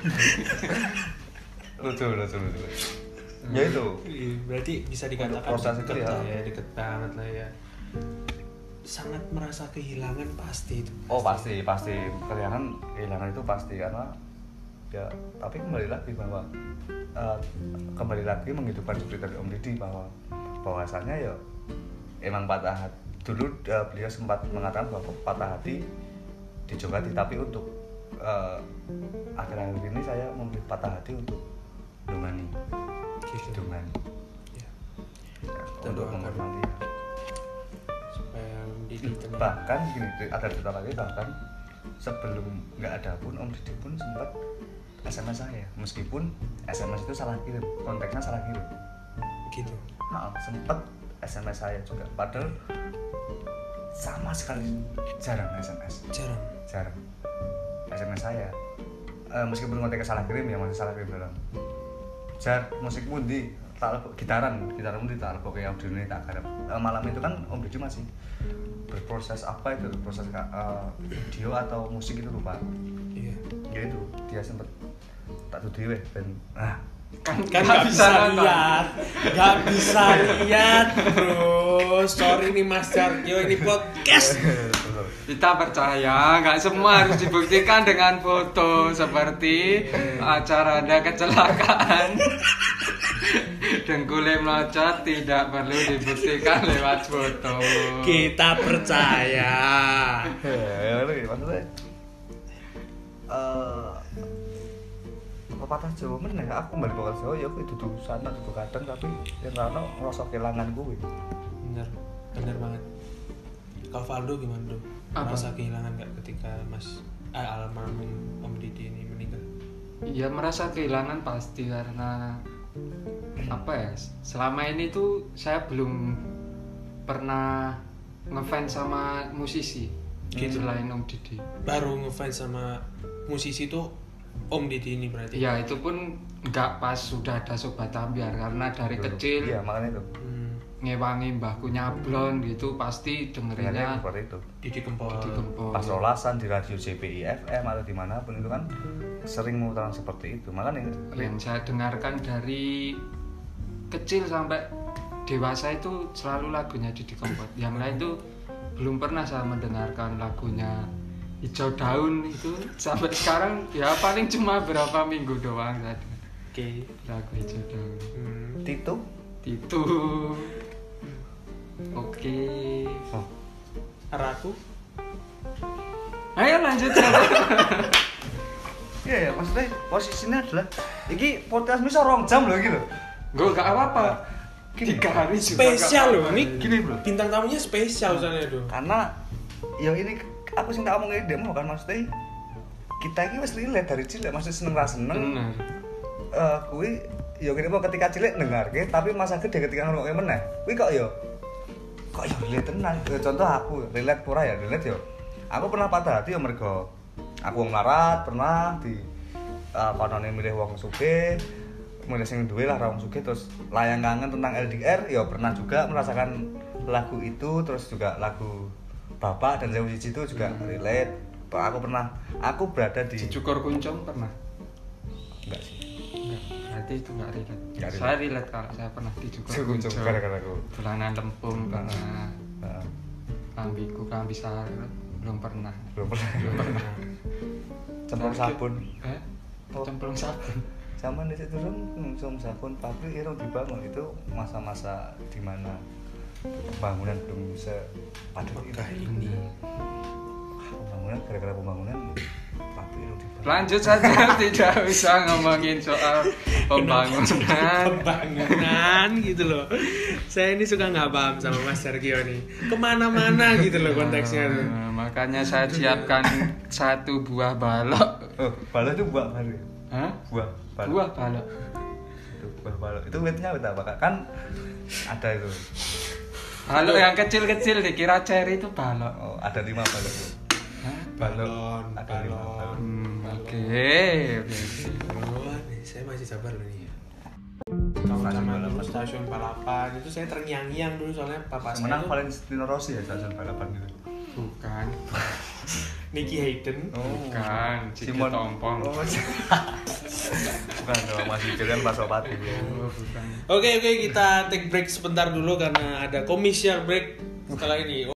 Lucu, lucu, lucu. Ya itu. Berarti bisa dikatakan proses deket itu ya. lah ya, deket banget lah ya. Sangat merasa kehilangan pasti itu. Oh pasti, pasti kehilangan, kehilangan itu pasti karena ya. Tapi kembali lagi bahwa uh, kembali lagi menghidupkan seperti dari Om Didi bahwa bahwasannya ya emang patah hati. Dulu uh, beliau sempat mengatakan bahwa patah hati dijogati, tapi untuk uh, akhir-akhir ini saya memilih patah hati untuk dongani, gitu. dongani, ya. Ya, untuk menghormati. Supaya Didi tenang. Bahkan gini, ada cerita lagi bahkan sebelum nggak ada pun Om Didi pun sempat S M S saya, meskipun S M S itu salah kirim, konteksnya salah kirim. Gitu. Nah, sempat S M S saya juga, padahal sama sekali jarang S M S. Jarang. Jarang. S M S saya, e, meskipun konteksnya salah kirim ya masih salah kirim dalam. Jar musik mundi, tak lebok gitaran, gitaran mundi tak lebok kayak audio ini tak garap. E, malam itu kan Om Didi masih berproses apa itu, proses uh, video atau musik itu lupa. Iya. Ya itu dia sempat tak tuh dewe ben. Nah, kan kan nggak bisa lihat, nggak bisa lihat bro. Sorry nih Mas Jarkio, ini podcast. Kita percaya nggak semua harus dibuktikan dengan foto seperti acara Anda kecelakaan dengkulnya melocot tidak perlu dibuktikan lewat foto. Kita percaya. Ya maksudnya uh, pepatah Jawa meneh aku kembali ke Jawa ya aku dudu sana dudu kadang tapi yen ana ngrasa kelangan kuwi. Bener, bener banget. Kalau Valdo gimana dong? Apa? Merasa kehilangan nggak ketika Mas eh, almarhum Om Didi ini meninggal? Ya merasa kehilangan pasti karena apa ya? Selama ini tuh saya belum pernah ngefans sama musisi gitu selain Om Didi. Baru ngefans sama musisi tuh Om Didi ini berarti? Ya itu pun nggak pas sudah ada Sobat Ambyar karena dari Dulu. kecil Iya makanya itu. Hmm. ngewangi mbahku nyablon gitu pasti dengerinnya Seperti itu. Didi Kempot. Didi Kempot. Pas rolasan di radio J P I F M atau dimanapun itu kan sering mengutarakan seperti itu. Makanya yang saya dengarkan dari kecil sampai dewasa itu selalu lagunya Didi Kempot. Yang lain tuh belum pernah saya mendengarkan lagunya Hijau Daun itu sampai sekarang ya paling cuma berapa minggu doang tadi. Oke. Lagu Hijau Daun. Hmm. Tito Itu. Oke. oh. Ratu. Ayo lanjut. Iya ya maksudnya posisinya adalah iki podcast bisa rong jam loh gitu. Gue gak apa-apa. Tiga hari juga Spesial loh, gak apa-apa. ini Gini bro. bintang tamunya spesial soalnya tuh. Karena ya ini aku sing tak omongin demo kan maksudnya kita ini wis relate dari cilik maksudnya seneng ra seneng. Bener. Eh kuwi ya kene mau ketika cilik dengarke tapi masa gede ketika ngrungokke meneh. Kuwi kok ya kok ya relate tenan. Ya, contoh aku relate pura ya relate yo. Aku pernah patah hati ya mergo aku wong larat pernah di uh, konone milih wong sugih. Milih sing duwe lah ra wong sugih terus layang kangen tentang L D R ya pernah juga merasakan lagu itu terus juga lagu Bapak dan Sewu Siji itu juga relate. Aku pernah aku berada di Cukur kuncung pernah? enggak sih. Enggak. relate itu nggak relate. Nggak relate. Saya relate kalau saya pernah di juga Kunjung gara-gara aku. bulanan lempung pernah. Heeh. Kambiku kambi sar belum pernah. Belum pernah. Belum pernah. Cemplung sabun. Eh? Cemplung sabun. Zaman di situ kan cemplung sabun pabrik irung dibangun itu masa-masa di mana pembangunan belum bisa padat ini. Pembangunan gara-gara pembangunan pabrik irung dibangun. Lanjut saja tidak usah ngomongin soal pembangunan. Pembangunan gitu loh. Saya ini suka nggak paham sama Mas Sergio nih. Kemana-mana gitu loh konteksnya tuh. Nah, makanya saya siapkan satu buah balok. Oh, balok itu buah baru. Hah? Buah balok. Buah balok. Itu buah balok. Itu witnya wit apa, Kak? Kan ada itu. Balok yang kecil-kecil dikira cherry itu balok. Oh, ada lima balok. Hah? Balon, Ada lima balon. balok. Hmm, oke. Oke. Balon, saya masih sabar loh nih. Kalau zaman dulu stasiun balapan itu saya terngiang-ngiang dulu soalnya papa saya Menang tuh Valentino Rossi ya stasiun balapan gitu. Bukan. Nicky Hayden. Bukan. Ciki Simon Tompong. Oh, bukan dong, masih kalian Pasopati ya. Oh, bukan. Oke oke kita take break sebentar dulu karena ada commercial break setelah ini.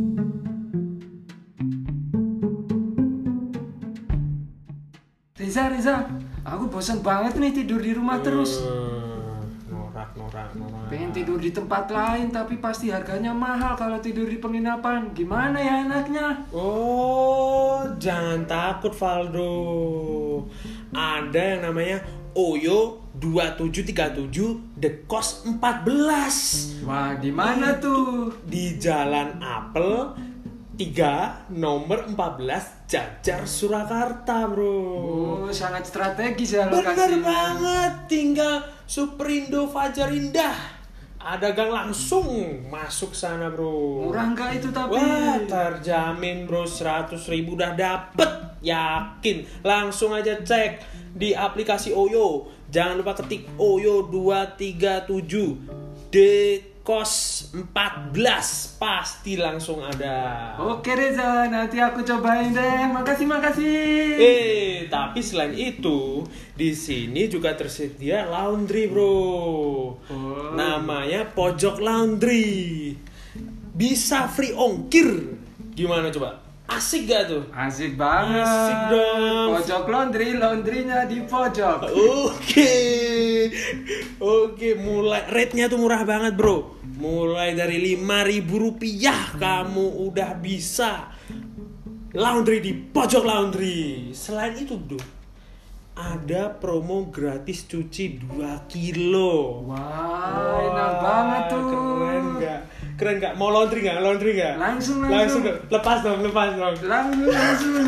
Riza, Riza, aku bosan banget nih tidur di rumah terus. Norak norak norak. Pengen tidur di tempat lain tapi pasti harganya mahal kalau tidur di penginapan. Gimana ya enaknya? Oh, jangan takut Valdo. Ada yang namanya Oyo dua tujuh tiga tujuh The Kos empat belas. Wah, di mana tuh? Di Jalan Apel tiga nomor empat belas Jajar Surakarta, Bro. Oh, sangat strategis ya Bener lokasinya. banget, tinggal Superindo Fajar Indah. Ada gang langsung masuk sana, Bro. Murah nggak itu tapi? Wah, terjamin, Bro. seratus ribu udah dapet. Yakin. Langsung aja cek di aplikasi Oyo. Jangan lupa ketik Oyo dua tiga tujuh D Kos empat belas. Pasti langsung ada. Oke Reza, nanti aku cobain deh. Makasih, makasih. Eh, tapi selain itu, di sini juga tersedia laundry, Bro. Oh. Namanya Pojok Laundry. Bisa free ongkir. Gimana coba? Asik gak tuh? Asik banget. Asik dong. Pojok laundry, laundrynya di pojok. Oke. Oke, mulai rate-nya tuh murah banget, Bro. Mulai dari lima ribu rupiah kamu udah bisa laundry di Pojok Laundry. Selain itu, Bro, ada promo gratis cuci dua kilo. Wah, enak banget tuh. Keren gak? Keren gak? Mau laundry gak? Laundry gak? Langsung, Langsung langsung. gak? Lepas dong, lepas dong. Langsung, langsung.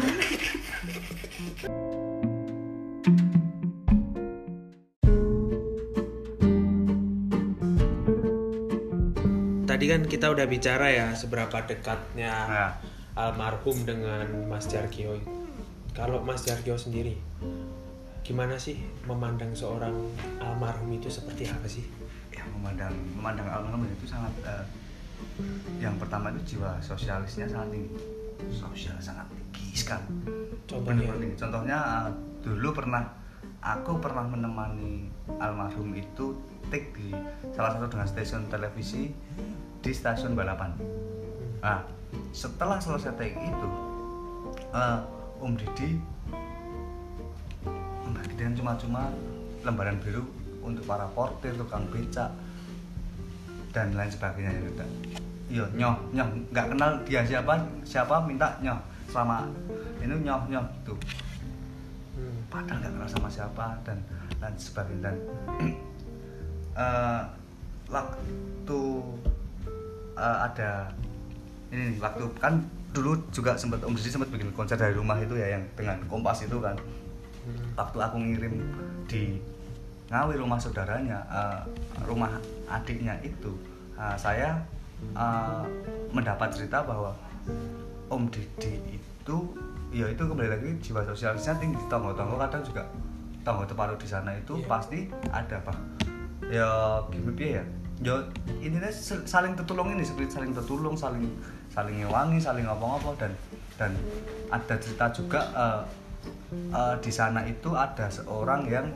Tadi kan kita udah bicara ya seberapa dekatnya Nah. almarhum dengan Mas Jarkio. Kalau Mas Jarkio sendiri, gimana sih memandang seorang almarhum itu seperti apa sih? Ya, memandang memandang almarhum itu sangat eh, yang pertama itu jiwa sosialisnya sangat tinggi. Sosial sangat tinggi sekali. Contohnya? Bener-bener tinggi. Contohnya eh, dulu pernah aku pernah menemani almarhum itu take di salah satu dengan stasiun televisi di stasiun balapan. Nah, setelah selesai take itu, uh, Om Didi membagikan cuma-cuma lembaran biru untuk para portir, tukang becak dan lain sebagainya ya udah. Iya, nyoh, nyoh, nggak kenal dia siapa, siapa minta nyoh selama ini nyoh nyoh gitu. Hmm. Padahal nggak kenal sama siapa dan lain sebagainya. Dan uh, waktu uh, ada ini nih, waktu kan dulu juga sempat Om Didi sempat bikin konser dari rumah itu ya yang dengan Kompas itu kan. Hmm. Waktu aku ngirim di Ngawi rumah saudaranya, uh, rumah adiknya itu, uh, saya uh, mendapat cerita bahwa Om Didi itu, ya itu kembali lagi jiwa sosialisnya tinggi. Tonggo-tonggo kadang juga tonggo teparuh di sana itu yeah. Pasti ada pak. Ya gimana ya? Ya intinya saling tertulung ini, seperti saling tertulung, saling saling ngewangi, saling ngomong-ngomong dan dan ada cerita juga uh, uh, di sana itu ada seorang yang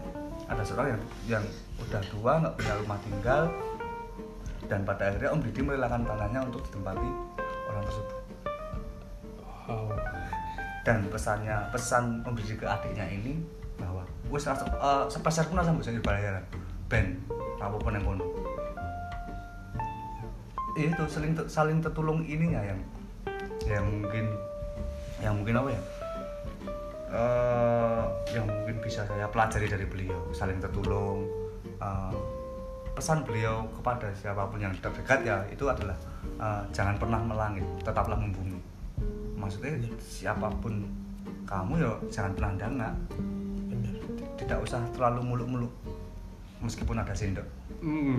ada seorang yang yang udah tua nggak punya rumah tinggal dan pada akhirnya Om Didi merelakan tanahnya untuk ditempati orang tersebut. Oh. Dan pesannya pesan Om Didi ke adiknya ini bahwa wes uh, sepeser pun sampai jadi bayaran ben apapun yang kono. Itu saling saling tertulung ininya yang yang mungkin yang mungkin apa ya uh, yang mungkin bisa saya pelajari dari beliau, saling tertulung. Uh, pesan beliau kepada siapapun yang terdekat ya itu adalah uh, jangan pernah melangit, tetaplah membumi. Maksudnya siapapun kamu ya jangan pernah dangak. Benar. Tidak usah terlalu muluk-muluk meskipun ada sendok. Hmm.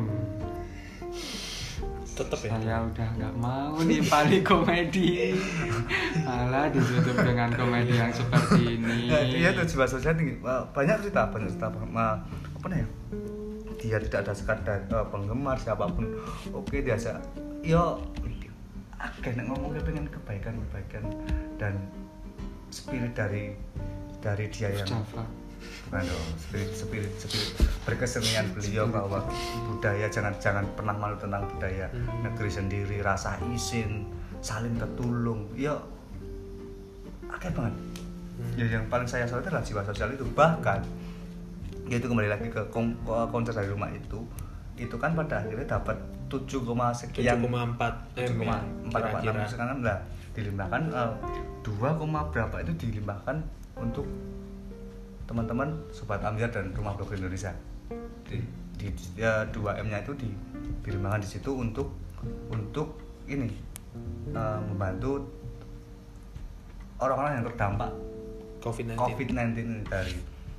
Tetep ya. Saya udah nggak mau nih paling komedi. Malah ditutup dengan komedi yang seperti ini. Ya, dia tuh jiwa sosial tinggi. Banyak cerita, banyak cerita. Ma, apa nih? Dia tidak ada sekadar uh, penggemar siapapun. Oke, dia aja. Yo, agak nek ngomongnya pengen kebaikan-kebaikan dan spirit dari dari dia yang Java. Bukan dong, spirit spirit spirit berkesenian beliau bahwa budaya jangan jangan pernah malu tentang budaya hmm. negeri sendiri, rasa isin, saling tertulung. Ya, akeh banget. Hmm. Ya yang paling saya soroti adalah jiwa sosial itu. Bahkan yaitu kembali lagi ke konser dari rumah itu, itu kan pada akhirnya dapat tujuh koma sekian tujuh koma empat M ya, empat kira-kira sekarang lah dilimpahkan uh, dua, berapa itu dilimpahkan untuk teman-teman Sobat Ambiar dan Rumah Blogger Indonesia. Di, di ya, dua M-nya itu di, dilimpahkan di situ untuk untuk ini uh, membantu orang-orang yang terdampak covid sembilan belas ini dari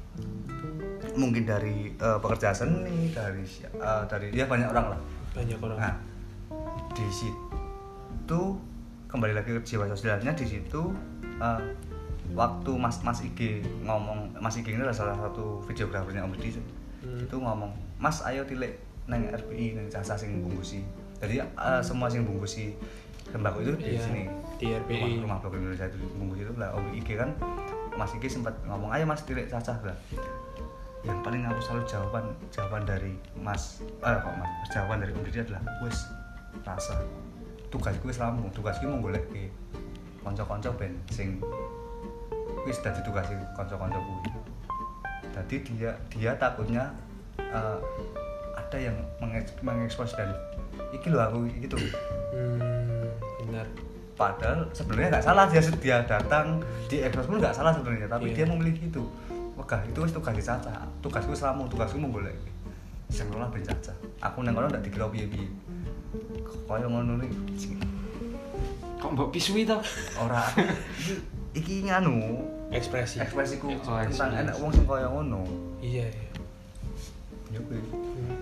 mungkin dari uh, pekerja seni, dari uh, dari ya banyak orang lah. Banyak orang. Nah, di situ kembali lagi ke jiwa sosialnya di situ uh, waktu Mas Mas Igi ngomong, Mas Igi ini adalah salah satu videografernya Om Didi. Hmm. Itu ngomong, "Mas ayo tilik nang R P I nang jasa sing bungkusi." Jadi uh, semua sing bungkusi sembako itu di yeah, sini. Di R P I. Rumah, rumah Blogger Indonesia itu bungkus itu lah. Om Igi kan Mas Igi sempat ngomong, "Ayo Mas tilik cacah lah." Yang paling aku selalu jawaban jawaban dari Mas eh kok Mas jawaban dari Om Didi adalah wes rasa tugasku wis rampung, tugasku mau golek ke kanca-kanca ben sing wis dadi tugas kanca-kanca kuwi. Dadi dia dia takutnya uh, ada yang mengekspos dan iki lho aku iki tuh. Hmm, benar. Padahal sebenarnya nggak salah dia dia datang di ekspos pun nggak salah sebenarnya, tapi yeah. dia memilih itu. Wegah itu wis tugas caca. Tugasku selamu, tugasku mau golek. Sing ora ben caca. Aku nang kono ndak dikira piye-piye. Kaya ngono iki. Kok mbok pisui to? Ora. Iki nganu ekspresi ekspresiku oh, tentang enak wong sing kaya ngono. Iya ya. Ya kuwi. Hmm.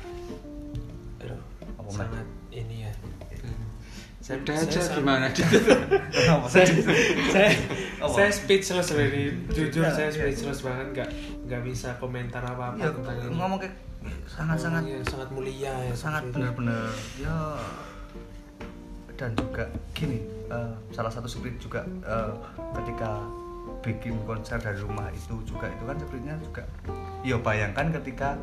Aduh, apa sangat ini ya. Saya udah aja gimana gitu. saya saya, saya speechless ini. Jujur saya speechless banget, nggak nggak bisa komentar apa-apa ya, tentang ini. Ngomong kayak sangat-sangat ya, sangat mulia ya. Sangat benar-benar ya. Dan juga gini, uh, salah satu spirit juga uh, ketika bikin konser dari rumah itu juga itu kan spiritnya juga. Ya bayangkan ketika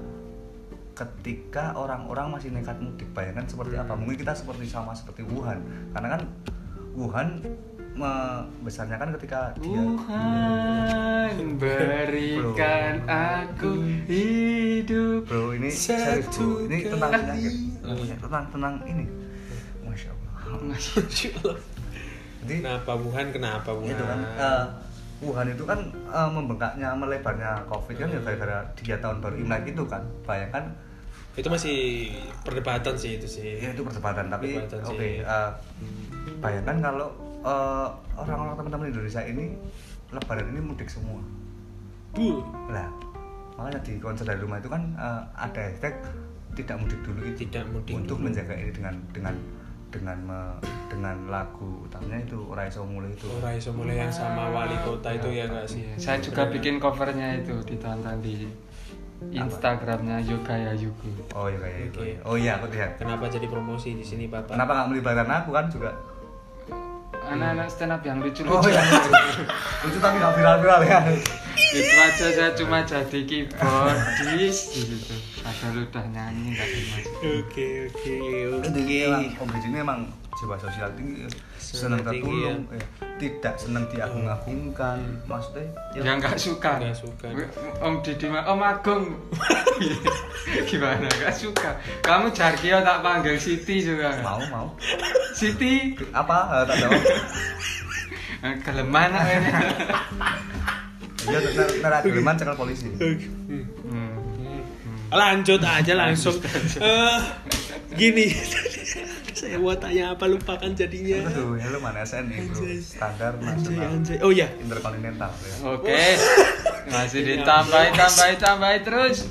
ketika orang-orang masih nekat mudik, bayangkan seperti apa. Mungkin kita seperti sama seperti Wuhan, karena kan Wuhan besarnya kan ketika dia Wuhan berikan bro. Aku hidup. Bro ini serius bro, ini tentang penyakit, tentang tentang ini. Masya Allah. Masya Allah. Jadi kenapa Wuhan? Kenapa Wuhan? Itu kan uh, Wuhan itu kan uh, membengkaknya, melebarnya Covid kan ya gara-gara dia tahun baru Imlek itu kan. Bayangkan itu masih perdebatan sih itu sih. Ya itu perdebatan, tapi oke okay, uh, bayangkan kalau uh, orang-orang teman-teman Indonesia ini lebaran ini mudik semua. Buh. Lah, makanya di konser dari rumah itu kan uh, ada hashtag tidak mudik dulu itu. Tidak mudik untuk dulu. Menjaga ini dengan dengan dengan me, dengan lagu utamanya itu Ora Iso Mulai itu. Ora Iso Mulai yang sama wali kota itu ya enggak sih? Saya juga bikin covernya itu ditonton di Instagramnya Yoga ya Yugo. Oh Yoga ya Yugo. Okay. Oh iya aku lihat. Kenapa jadi promosi di sini Bapak? Kenapa nggak melibatkan aku kan juga? Anak-anak stand up yang lucu-lucu. Oh iya. Lucu tapi nggak viral-viral ya. Itu aja saya cuma jadi keyboardis gitu. Padahal udah nyanyi nggak dimasukin. Oke oke oke. Memang Om Didi ini memang jiwa sosial tinggi, senang tertulung, ya. Tidak senang diagung-agungkan, maksudnya ya nggak suka. Nggak suka. Om Didi mah Om Agung. Gimana nggak suka? Kamu Jarkio tak panggil Siti juga nggak? Mau mau. Siti Apa? Tak jawab. Keleman ini. Iya, nara keleman cekal polisi. Hmm. Hmm. Lanjut aja langsung. Eh, gini. Saya mau tanya apa lupa kan jadinya. Aduh, ya lu mana S N I bro? Standar nasional. Anjay, oh ya. Interkontinental ya. Oke. Masih ditambahin, tambahin, tambahin terus.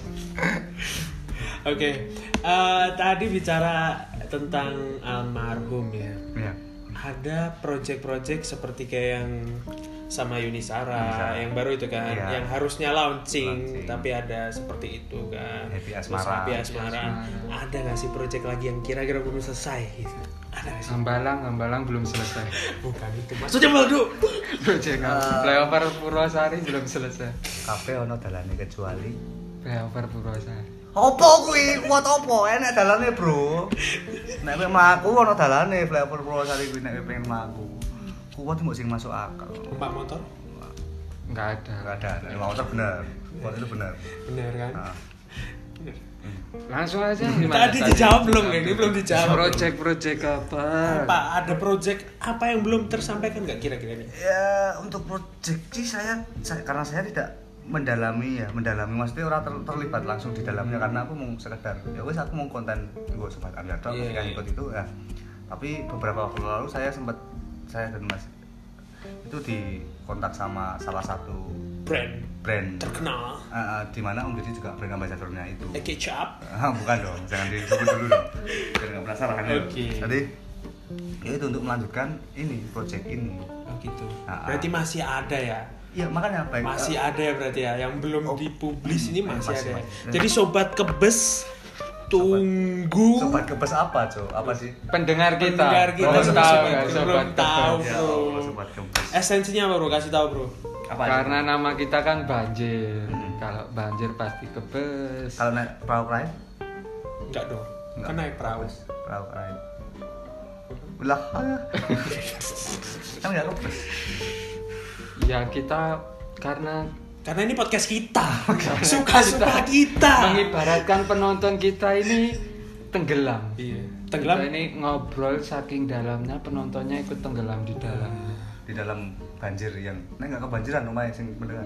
Oke. Eh, tadi bicara tentang almarhum ya. Iya. Ada project-project seperti kayak yang sama Yunisara Yunisara. yang baru itu kan, Iya. yang harusnya launching, Launching. tapi ada seperti itu kan. Happy Terus Asmara. Happy Asmara. Ada nggak sih project lagi yang kira-kira belum selesai gitu? Ada nggak sih? Hambalang, Hambalang belum selesai. Bukan itu. Maksudnya Baldo. Project Uh, Flyover Purwosari belum selesai. Kabeh ono dalane kecuali Flyover Purwosari. opo kuwi? Kuat opo? Enak dalane, Bro. Nek kowe mlaku ono dalane Flyover Purwosari kuwi nek kowe pengen mlaku. Kuat mbok sing masuk akal. Numpak motor? Enggak ada. Enggak ada, nek motor bener. Kuat itu bener. Bener kan? Nah. Langsung aja gimana? Tadi dijawab belum? Ini belum dijawab. Project-project apa? Apa ada project apa yang belum tersampaikan nggak kira-kira nih? Ya untuk project sih saya, saya karena saya tidak mendalami ya, mendalami maksudnya orang ter, terlibat langsung di dalamnya karena aku mau sekedar ya wes aku mau konten gue sobat underdog Yeah, ketika yeah. ikut itu ya. Tapi beberapa waktu lalu saya sempat saya dan Mas itu dikontak sama salah satu Brand brand terkenal. uh, uh, di mana Om Didi juga brand ambassador-nya itu. Eh, Kecap. Ah, bukan dong, jangan disebut dulu dong. Biar nggak penasaran ya. Oke. Jadi ya itu untuk melanjutkan ini project ini. Oh gitu. Ah, ah. Berarti masih ada ya? Ya makanya baik. Masih uh, ada ya berarti ya yang belum Oh, dipublis hmm, ini masih, masih, ada. masih. Jadi sobat kebes tunggu Sobat kebes apa, Co? Apa sih? Pendengar kita. Pendengar kita belum belum tahu sobat- ya belum sobat tahu. kebes. Ya Bro. Allah, sobat kebes. esensinya apa bro? Kasih tahu bro. Apa aja? Karena nama kita kan banjir. Hmm. Kalau banjir pasti kebes. Kalau naik perahu kerain? Enggak dong. Enggak. Kan naik perahu. Perahu kerain. Lah. Kan enggak kebes. Ya kita karena Karena ini podcast kita. Suka-suka kita. mengibaratkan penonton kita ini tenggelam. Iya. Kita Tenggelam. ini ngobrol saking dalamnya, penontonnya ikut tenggelam di dalam. Di dalam banjir yang nek enggak kebanjiran rumahnya sing mendengar.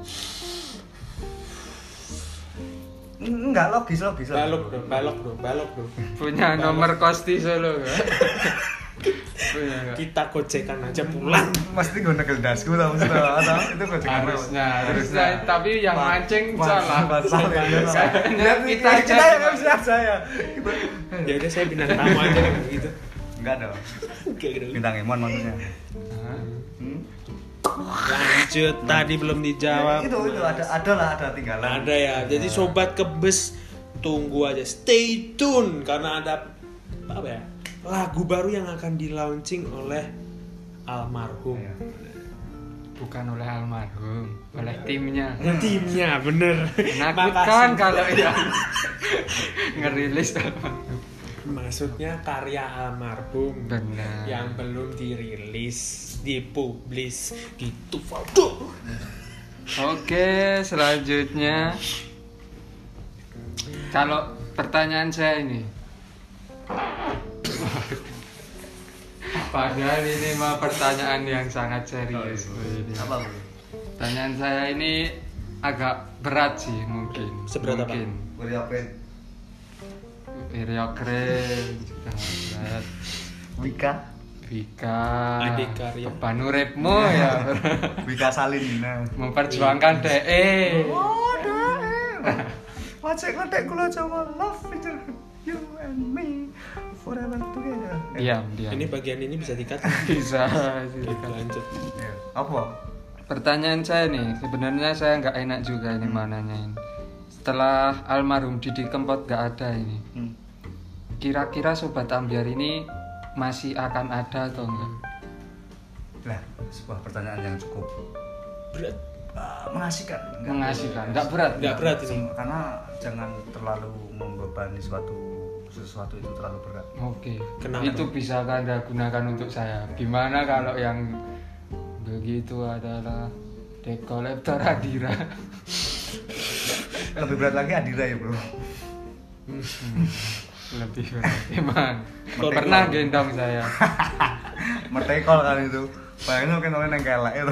Enggak logis logis. Balok bro, balok bro, balok bro. Punya nomor Kosti Solo kan? Punya nggak? Kita gocekan aja pulang. Mesti gue nekel dasku tau mesti tau atau itu gue cek Harusnya, harusnya. Tapi yang mancing salah. Lihat Kita kita aja yang bisa saya. Ya udah saya bintang tamu aja deh gitu. Enggak dong. Oke gitu. Bintang Emon maksudnya. Hah? Hmm? Lanjut tadi belum dijawab. Itu itu ada ada lah ada tinggalan. Ada ya. Jadi sobat kebes tunggu aja, stay tune karena ada apa ya? Lagu baru yang akan di launching oleh almarhum. Iya. Bukan oleh almarhum, oleh timnya. Timnya bener. Menakutkan Makasih. kalau yang ngerilis almarhum. Maksudnya karya almarhum Benar. yang belum dirilis, dipublis gitu Valdo. Oke, selanjutnya kalau pertanyaan saya ini, padahal ini mah pertanyaan yang sangat serius. Ini. Apa Bu? Pertanyaan saya ini agak berat sih mungkin. Seberat apa? mungkin. Beriapin. Rio keren, juga berat. Wika. Vika, Adik karya. beban uripmu ya, Wika Salin. Nah. memperjuangkan D E. Oh, dah. Wajib kontak kula Jawa love feature you and me forever together. Diam, diam. Ini bagian ini bisa dikat. bisa. Kita lanjut. Ya. Apa? Pertanyaan saya nih, sebenarnya saya nggak enak juga ini mananya ini. Setelah almarhum Didi Kempot nggak ada ini, Hmm. kira-kira Sobat Ambiar ini masih akan ada atau enggak? Lah, sebuah pertanyaan yang cukup Berat. uh, mengasihkan enggak, mengasihkan enggak berat Enggak berat ini. karena jangan terlalu membebani suatu sesuatu itu terlalu berat. Oke. Kenapa? Itu bisa Anda gunakan untuk saya. Gimana kalau yang begitu adalah debt collector Adira? Lebih berat lagi Adira ya bro. Hmm, lebih berat emang. Pernah gendong saya. Mertekol kan itu. Bayangin mungkin orang yang kelek itu.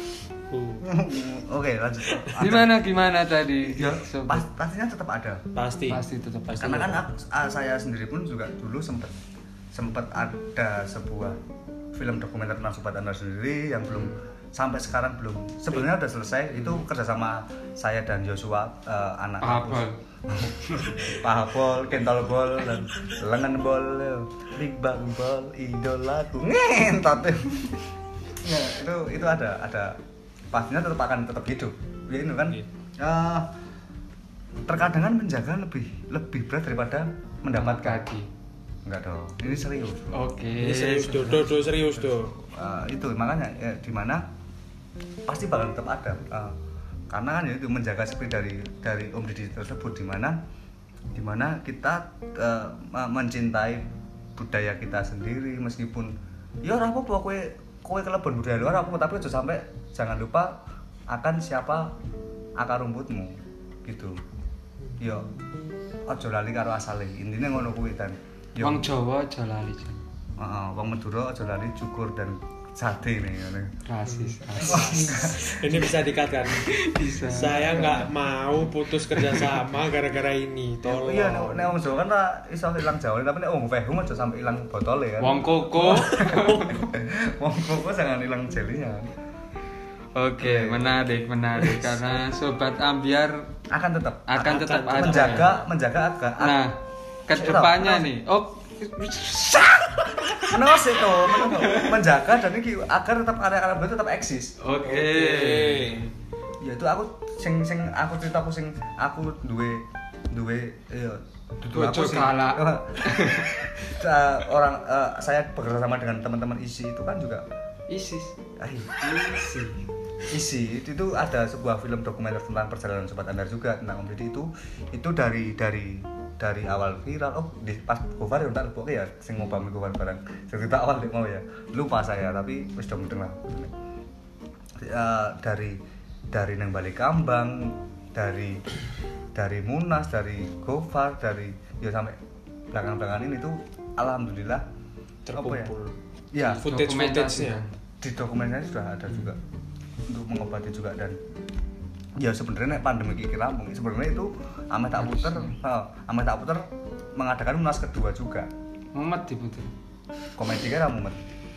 Oke lanjut. Gimana gimana tadi? Ya, Sobat? pas, pastinya tetap ada. Pasti. Pasti tetap pasti. Karena kan aku, ah, saya sendiri pun juga dulu sempat sempat ada sebuah film dokumenter tentang Sobat Anda sendiri yang belum sampai sekarang belum sebenarnya udah selesai. Itu kerjasama saya dan Joshua uh, anak Apa? Pahabol, Kentol Bol dan Lengan Bol, Big Bang Bol, idolaku ngentot. Ya, itu itu ada ada pastinya tetap akan tetap hidup. Ya ini kan. Uh, terkadang kan menjaga lebih lebih berat daripada mendapatkan. Kaki. Enggak dong. Ini serius. Oke. Ini serius do, do, do serius do. Uh, itu makanya ya, di mana pasti bakal tetap ada. Uh, karena kan ya itu menjaga seperti dari dari Om Didi tersebut di mana di mana kita uh, mencintai budaya kita sendiri meskipun ya ora apa-apa kowe kowe kelebon budaya luar aku tapi aja sampai jangan lupa akan siapa akar rumputmu gitu. Yo aja lali karo asale. Intine ngono kuwi dan yo Wong Jawa aja lali. Heeh, wong Madura aja lali cukur dan sate nih ngene. Rasis. rasis. Ini bisa dikatakan. Bisa. Saya nggak mau putus kerjasama gara-gara ini. Tolong. Iya, nek wong Jawa kan ora iso ilang Jawa, tapi nek wong Fehum aja sampai ilang botole kan. Wong koko. Wong koko jangan ilang jelinya. Oke, menarik, menarik karena Sobat Ambiar Akan tetap akan tetap ada. menjaga menjaga agak. Nah, kedepannya nih. Oh, Menawa sih to, menjaga dan iki agar tetap area-area baru tetap eksis. oke. Ya itu aku sing sing aku ceritaku sing aku duwe duwe ya duwe Bojo aku sih. galak. Uh, orang uh, saya bekerja sama dengan teman-teman isi itu kan juga Isis. ah, Isi. isi itu ada sebuah film dokumenter tentang perjalanan Sobat Andar juga tentang Om Didi itu itu dari dari dari awal viral oh di pas Gofar ya entar lupa ya sing ngobami Gofar barang cerita awal deh mau ya lupa saya tapi wis do mudeng lah uh, dari dari nang Balikambang dari dari Munas dari Gofar dari ya sampai belakang-belakangan ini tuh alhamdulillah Terkumpul. ya, ya Footage footage-nya. di dokumennya sudah ada juga untuk mengobati juga dan ya sebenarnya pandemi iki rampung sebenarnya itu ame tak puter heeh ame tak puter mengadakan Munas kedua juga Mumet diputer. komedi kan mumet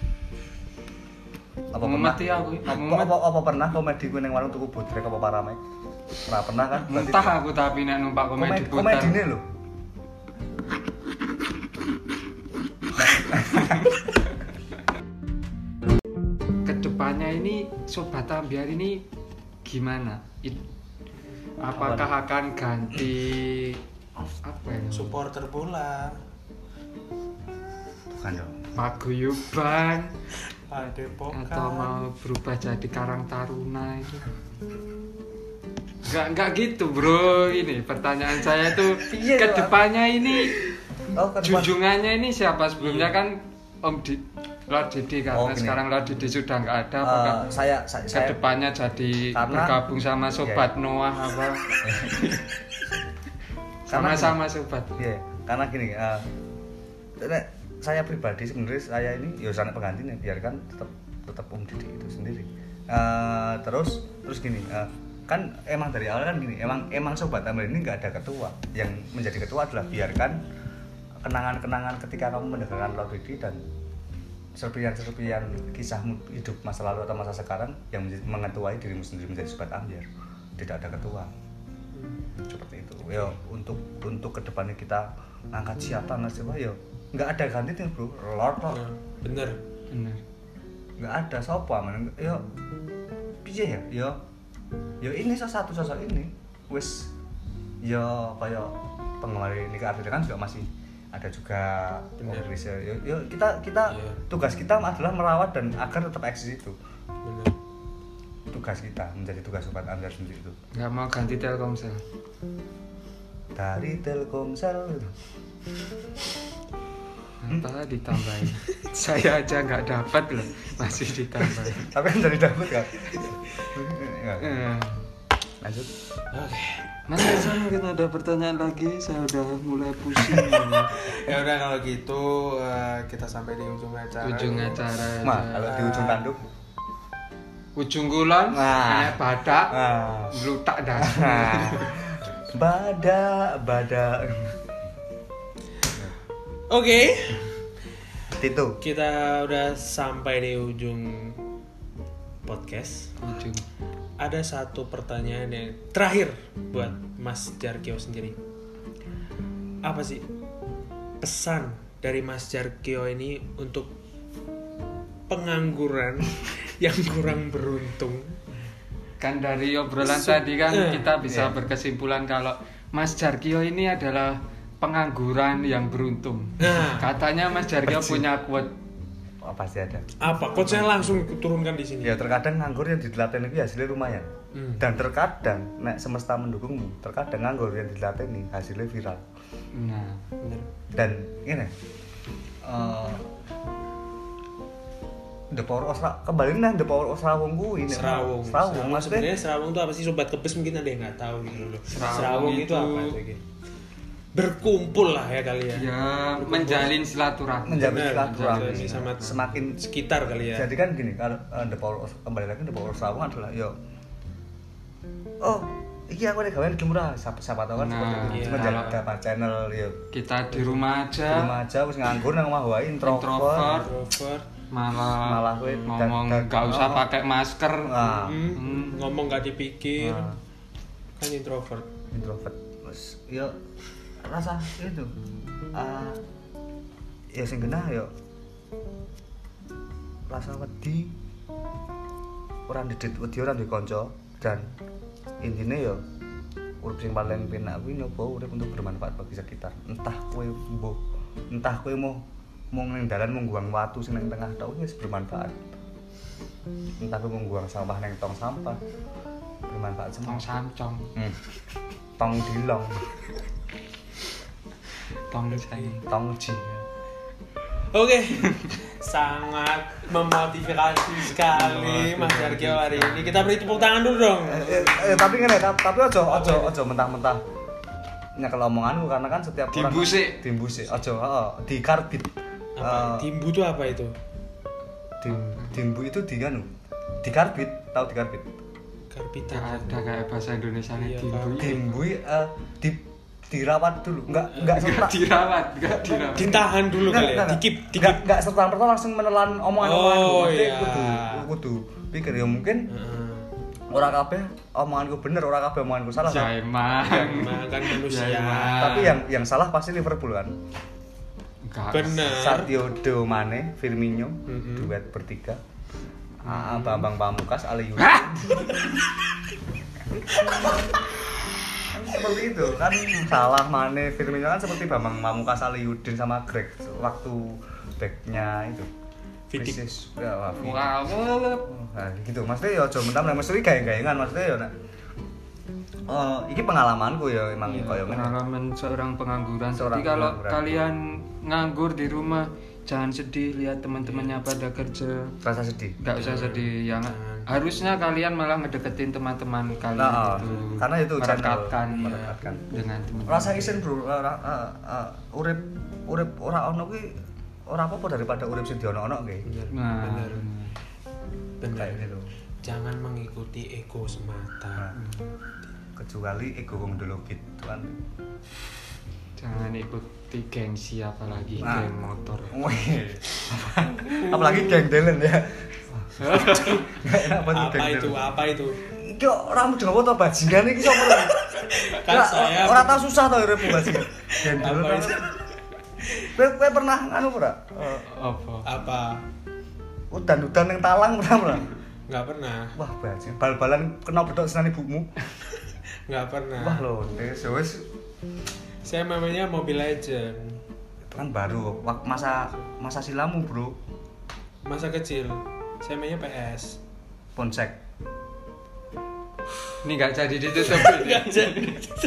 apa Mumet pernah ya aku. apa, Mumet. apa, apa pernah komedi gue neng warung tuku bodrek apa parame pernah pernah kan berarti Entah aku tapi nek numpak komedi komedi puter. komedine lho Kedepannya ini Sobat Ambiar ini gimana? It, apakah akan ganti apa ya? Supporter bola. bukan dong Paguyuban Padepokan. atau mau berubah jadi Karang Taruna itu? Enggak enggak gitu, Bro. Ini pertanyaan saya tuh Iya, kedepannya ini oh kan junjungannya ini siapa sebelumnya kan Om Di Lord Didi karena Oh, gini. sekarang Lord Didi sudah nggak ada uh, apakah saya saya, saya kedepannya jadi Karena- bergabung sama Sobat Iya. Noah apa Karena sama-sama Sobat iya karena gini uh, nek saya pribadi sebenarnya saya ini ya sana penggantinya biarkan tetap tetap Om Didi itu sendiri uh, terus terus gini uh, kan emang dari awal kan gini emang emang Sobat Ambiar ini nggak ada ketua yang menjadi ketua adalah biarkan kenangan-kenangan ketika kamu mendengarkan Lord Didi dan serpian-serpian kisahmu hidup masa lalu atau masa sekarang yang menjadi, mengetuai dirimu sendiri menjadi Sobat Ambiar tidak ada ketua seperti itu yo untuk untuk kedepannya kita angkat siapa nggak siapa yo nggak ada ganti nih bro Lord Lord Nah, bener. bener nggak ada sopo man yo piye ya yo yo ini salah satu sosok ini wis yo kayak penggemar nikah Ardila kan juga masih ada juga Bener. Indonesia yo, yo kita kita Iya. tugas kita adalah merawat dan agar tetap eksis itu Bener. tugas kita, menjadi tugas sobat ambiar sendiri itu. Nggak mau ganti Telkomsel. Dari Telkomsel itu. Apa ditambahin? Saya aja nggak dapat loh, masih ditambahin. Tapi kan jadi dapat kan? Eh, Lanjut. Oke. Mas Hasan, mungkin ada pertanyaan lagi? Saya udah mulai pusing. Ya udah kalau gitu uh, kita sampai di ujung acara. Ujung acara. Ma, aja. kalau di ujung tanduk. Ujung kulon, Nah. kayak badak, Nah. blutak dah. Nah. Badak, badak. Oke. Itu. Kita udah sampai di ujung podcast. Ujung. Ada satu pertanyaan yang terakhir buat Mas Jarkio sendiri. Apa sih pesan dari Mas Jarkio ini untuk pengangguran yang kurang beruntung? Kan dari obrolan So- tadi kan eh, kita bisa iya. berkesimpulan kalau Mas Jarkio ini adalah pengangguran yang beruntung. Nah. Katanya Mas Jarkio Persis. punya quote. Oh, pasti ada. Apa? Coachnya langsung turunkan di sini. Ya terkadang nganggur yang dilatih itu hasilnya lumayan. Hmm. Dan terkadang nek semesta mendukungmu, terkadang nganggur yang dilatih ini hasilnya viral. Nah, Bener. Dan ini uh, the power of Ra- kembali nih the power of Serawung kuwi nek. Serawung. Serawung maksudnya sebenarnya Serawung itu apa sih? Sobat Kebes mungkin ada yang nggak tahu gitu loh. Serawung itu, itu- apa tuh gitu? Berkumpul lah ya kali ya. ya menjalin silaturahmi. menjamin Benar, silaturahmi menjalin sama- semakin Sekitar kali ya. jadi kan gini kalau uh, the power of, kembali lagi the power of Serawung adalah yo oh iki aku ada gawean murah siapa siapa tahu kan Nah, seperti itu iya. cuma jadi dapat channel yo Kita di rumah di aja, rumah aja wis nganggur nang omah wae introvert Introvert. Introvert. malah, Malah kowe ngomong dan- dan- nggak usah oh. pakai masker. nah, Hmm, Hmm. ngomong gak dipikir. Nah. Kan introvert. introvert wis yo rasa itu ah ya sing genah yo rasa wedi ora ndedit wedi ora duwe kanca dan intine yo urip sing paling penak kuwi nyoba urip untuk bermanfaat bagi sekitar entah kowe mbuh entah kowe mau mau ning dalan mengguang watu sing nang tengah tok wis bermanfaat entah kowe mengguang sampah nang tong sampah bermanfaat semua Tong sancong, hmm. tong dilong tong saya. tong ji Oke. Sangat memotivasi sekali Mas Jarkio hari ini. Kita beri tepuk tangan dulu dong. eh, eh, tapi ngene ta- tapi ojo ojo ojo mentah-mentah nyekel omonganku karena kan setiap orang Dimbusik. dimbusik ojo heeh dikarbit Apa? Eh, Timbu tuh apa itu? dim dimbu itu di anu dikarbit tahu dikarbit Karbitan. Gak ada kayak bahasa Indonesia nya Iya, dimbu. dimbu eh, di dirawat dulu enggak enggak Gak serta dirawat, gak dirawat. Ditahan dulu kali ya. Dikip, enggak dikip. enggak serta merta langsung menelan omongan-omongan Oh, Maksudnya iya. kudu kudu pikir ya mungkin Heeh. ora kabeh omonganku bener ora kabeh omonganku salah Ya emang. Emang kan manusia. Ya, emang. tapi yang yang salah pasti Liverpool kan Gak. Bener. Sadio Do Mane, Firmino, Mhm. duet bertiga. Ah, Bambang Pamungkas, Ali Yudi. Hah? Kan seperti itu kan salah Mane, Firmino kan seperti Bambang Pamungkas, Ali Yudin sama Greg waktu backnya itu. Vidic. Krisis. Ya, wah, Vidic. Wow. Nah, gitu. Maksudnya ya aja mentang mesti gaeng-gaengan maksudnya ya nek. Oh, iki pengalamanku ya emang Iya, koyo ngene. pengalaman seorang pengangguran. Seorang Jadi kalau pengangguran. kalian nganggur di rumah, jangan sedih lihat teman-temannya pada kerja. Rasa sedih. Gak usah sedih, yang Jangan. harusnya kalian malah ngedeketin teman-teman kalian Nah, gitu. karena itu channel merekatkan, merekatkan. dengan teman. Rasa isin bro, ora uh, uh, urip urip ora ono kuwi ora apa-apa daripada urip sing diono-ono kuwi. Bener. Nah, Bener. Bener. Kayak gitu. Jangan mengikuti ego semata. Nah, kecuali ego wong dulu gitu kan. jangan ikuti gengsi apalagi Nah. geng motor. Wih. Apalagi geng delen ya. Enggak enak banget Apa itu? Apa itu? Iki ora mung Jawa to bajingan iki sapa lho? Kan Ora- saya- ora tau susah to urip bajingan. Geng delen. Apa itu? Kowe kowe pernah anu ora? Apa? Apa? Udan-udan ning talang pernah ora? Nggak pernah. Wah, bajingan bal-balan kena bedok senan ibumu. Nggak pernah. Wah lho, wis wis Saya mainnya Mobile Legend. kan baru wak- masa masa silamu, Bro. Masa kecil. Saya mainnya P S. Ponsek. Ini nggak jadi ditutup. Nggak jadi.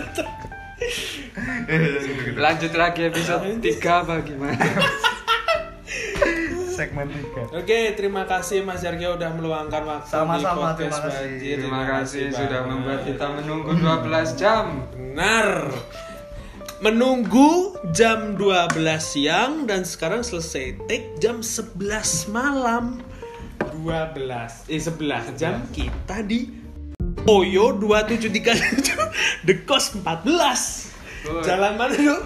Lanjut lagi episode tiga apa gimana? Segmen tiga. Oke, terima kasih Mas Jarkio udah meluangkan waktu Sama-sama, di podcast terima kasih. Banjir. Terima kasih sudah banget. membuat kita menunggu dua belas jam. Benar. Menunggu jam dua belas siang dan sekarang selesai take jam sebelas malam. dua belas eh sebelas jam kita di Oyo dua tujuh tiga tujuh The Coast empat belas. Oh. Jalan mana tuh?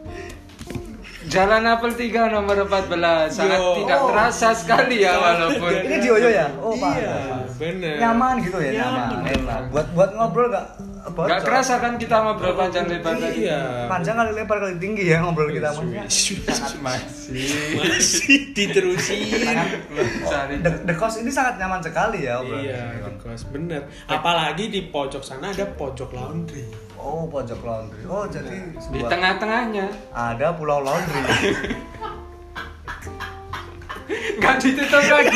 Jalan Apel tiga nomor empat belas. Sangat Yo. tidak terasa sekali ya walaupun. Ini di Oyo ya? Oh, Pak. Iya, bener. Nyaman gitu ya, nyaman. Nyaman. Enak. Buat buat ngobrol enggak bocor. Gak kerasa kan kita ngobrol panjang lebar tadi. Iya. Panjang kali lebar kali tinggi ya ngobrol kita Mas. Masih. Masih diterusin. Cari. The, the Coast ini sangat nyaman sekali ya obrolan. Iya, The Coast bener. Apalagi di pojok sana ada pojok laundry. Oh, pojok laundry. Oh, jadi Di sebuah tengah-tengahnya. ada pulau laundry. Gak ditutup lagi.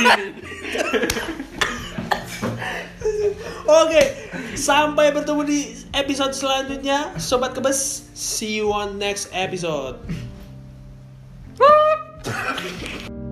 Oke, sampai bertemu di episode selanjutnya, Sobat Kebes. See you on next episode.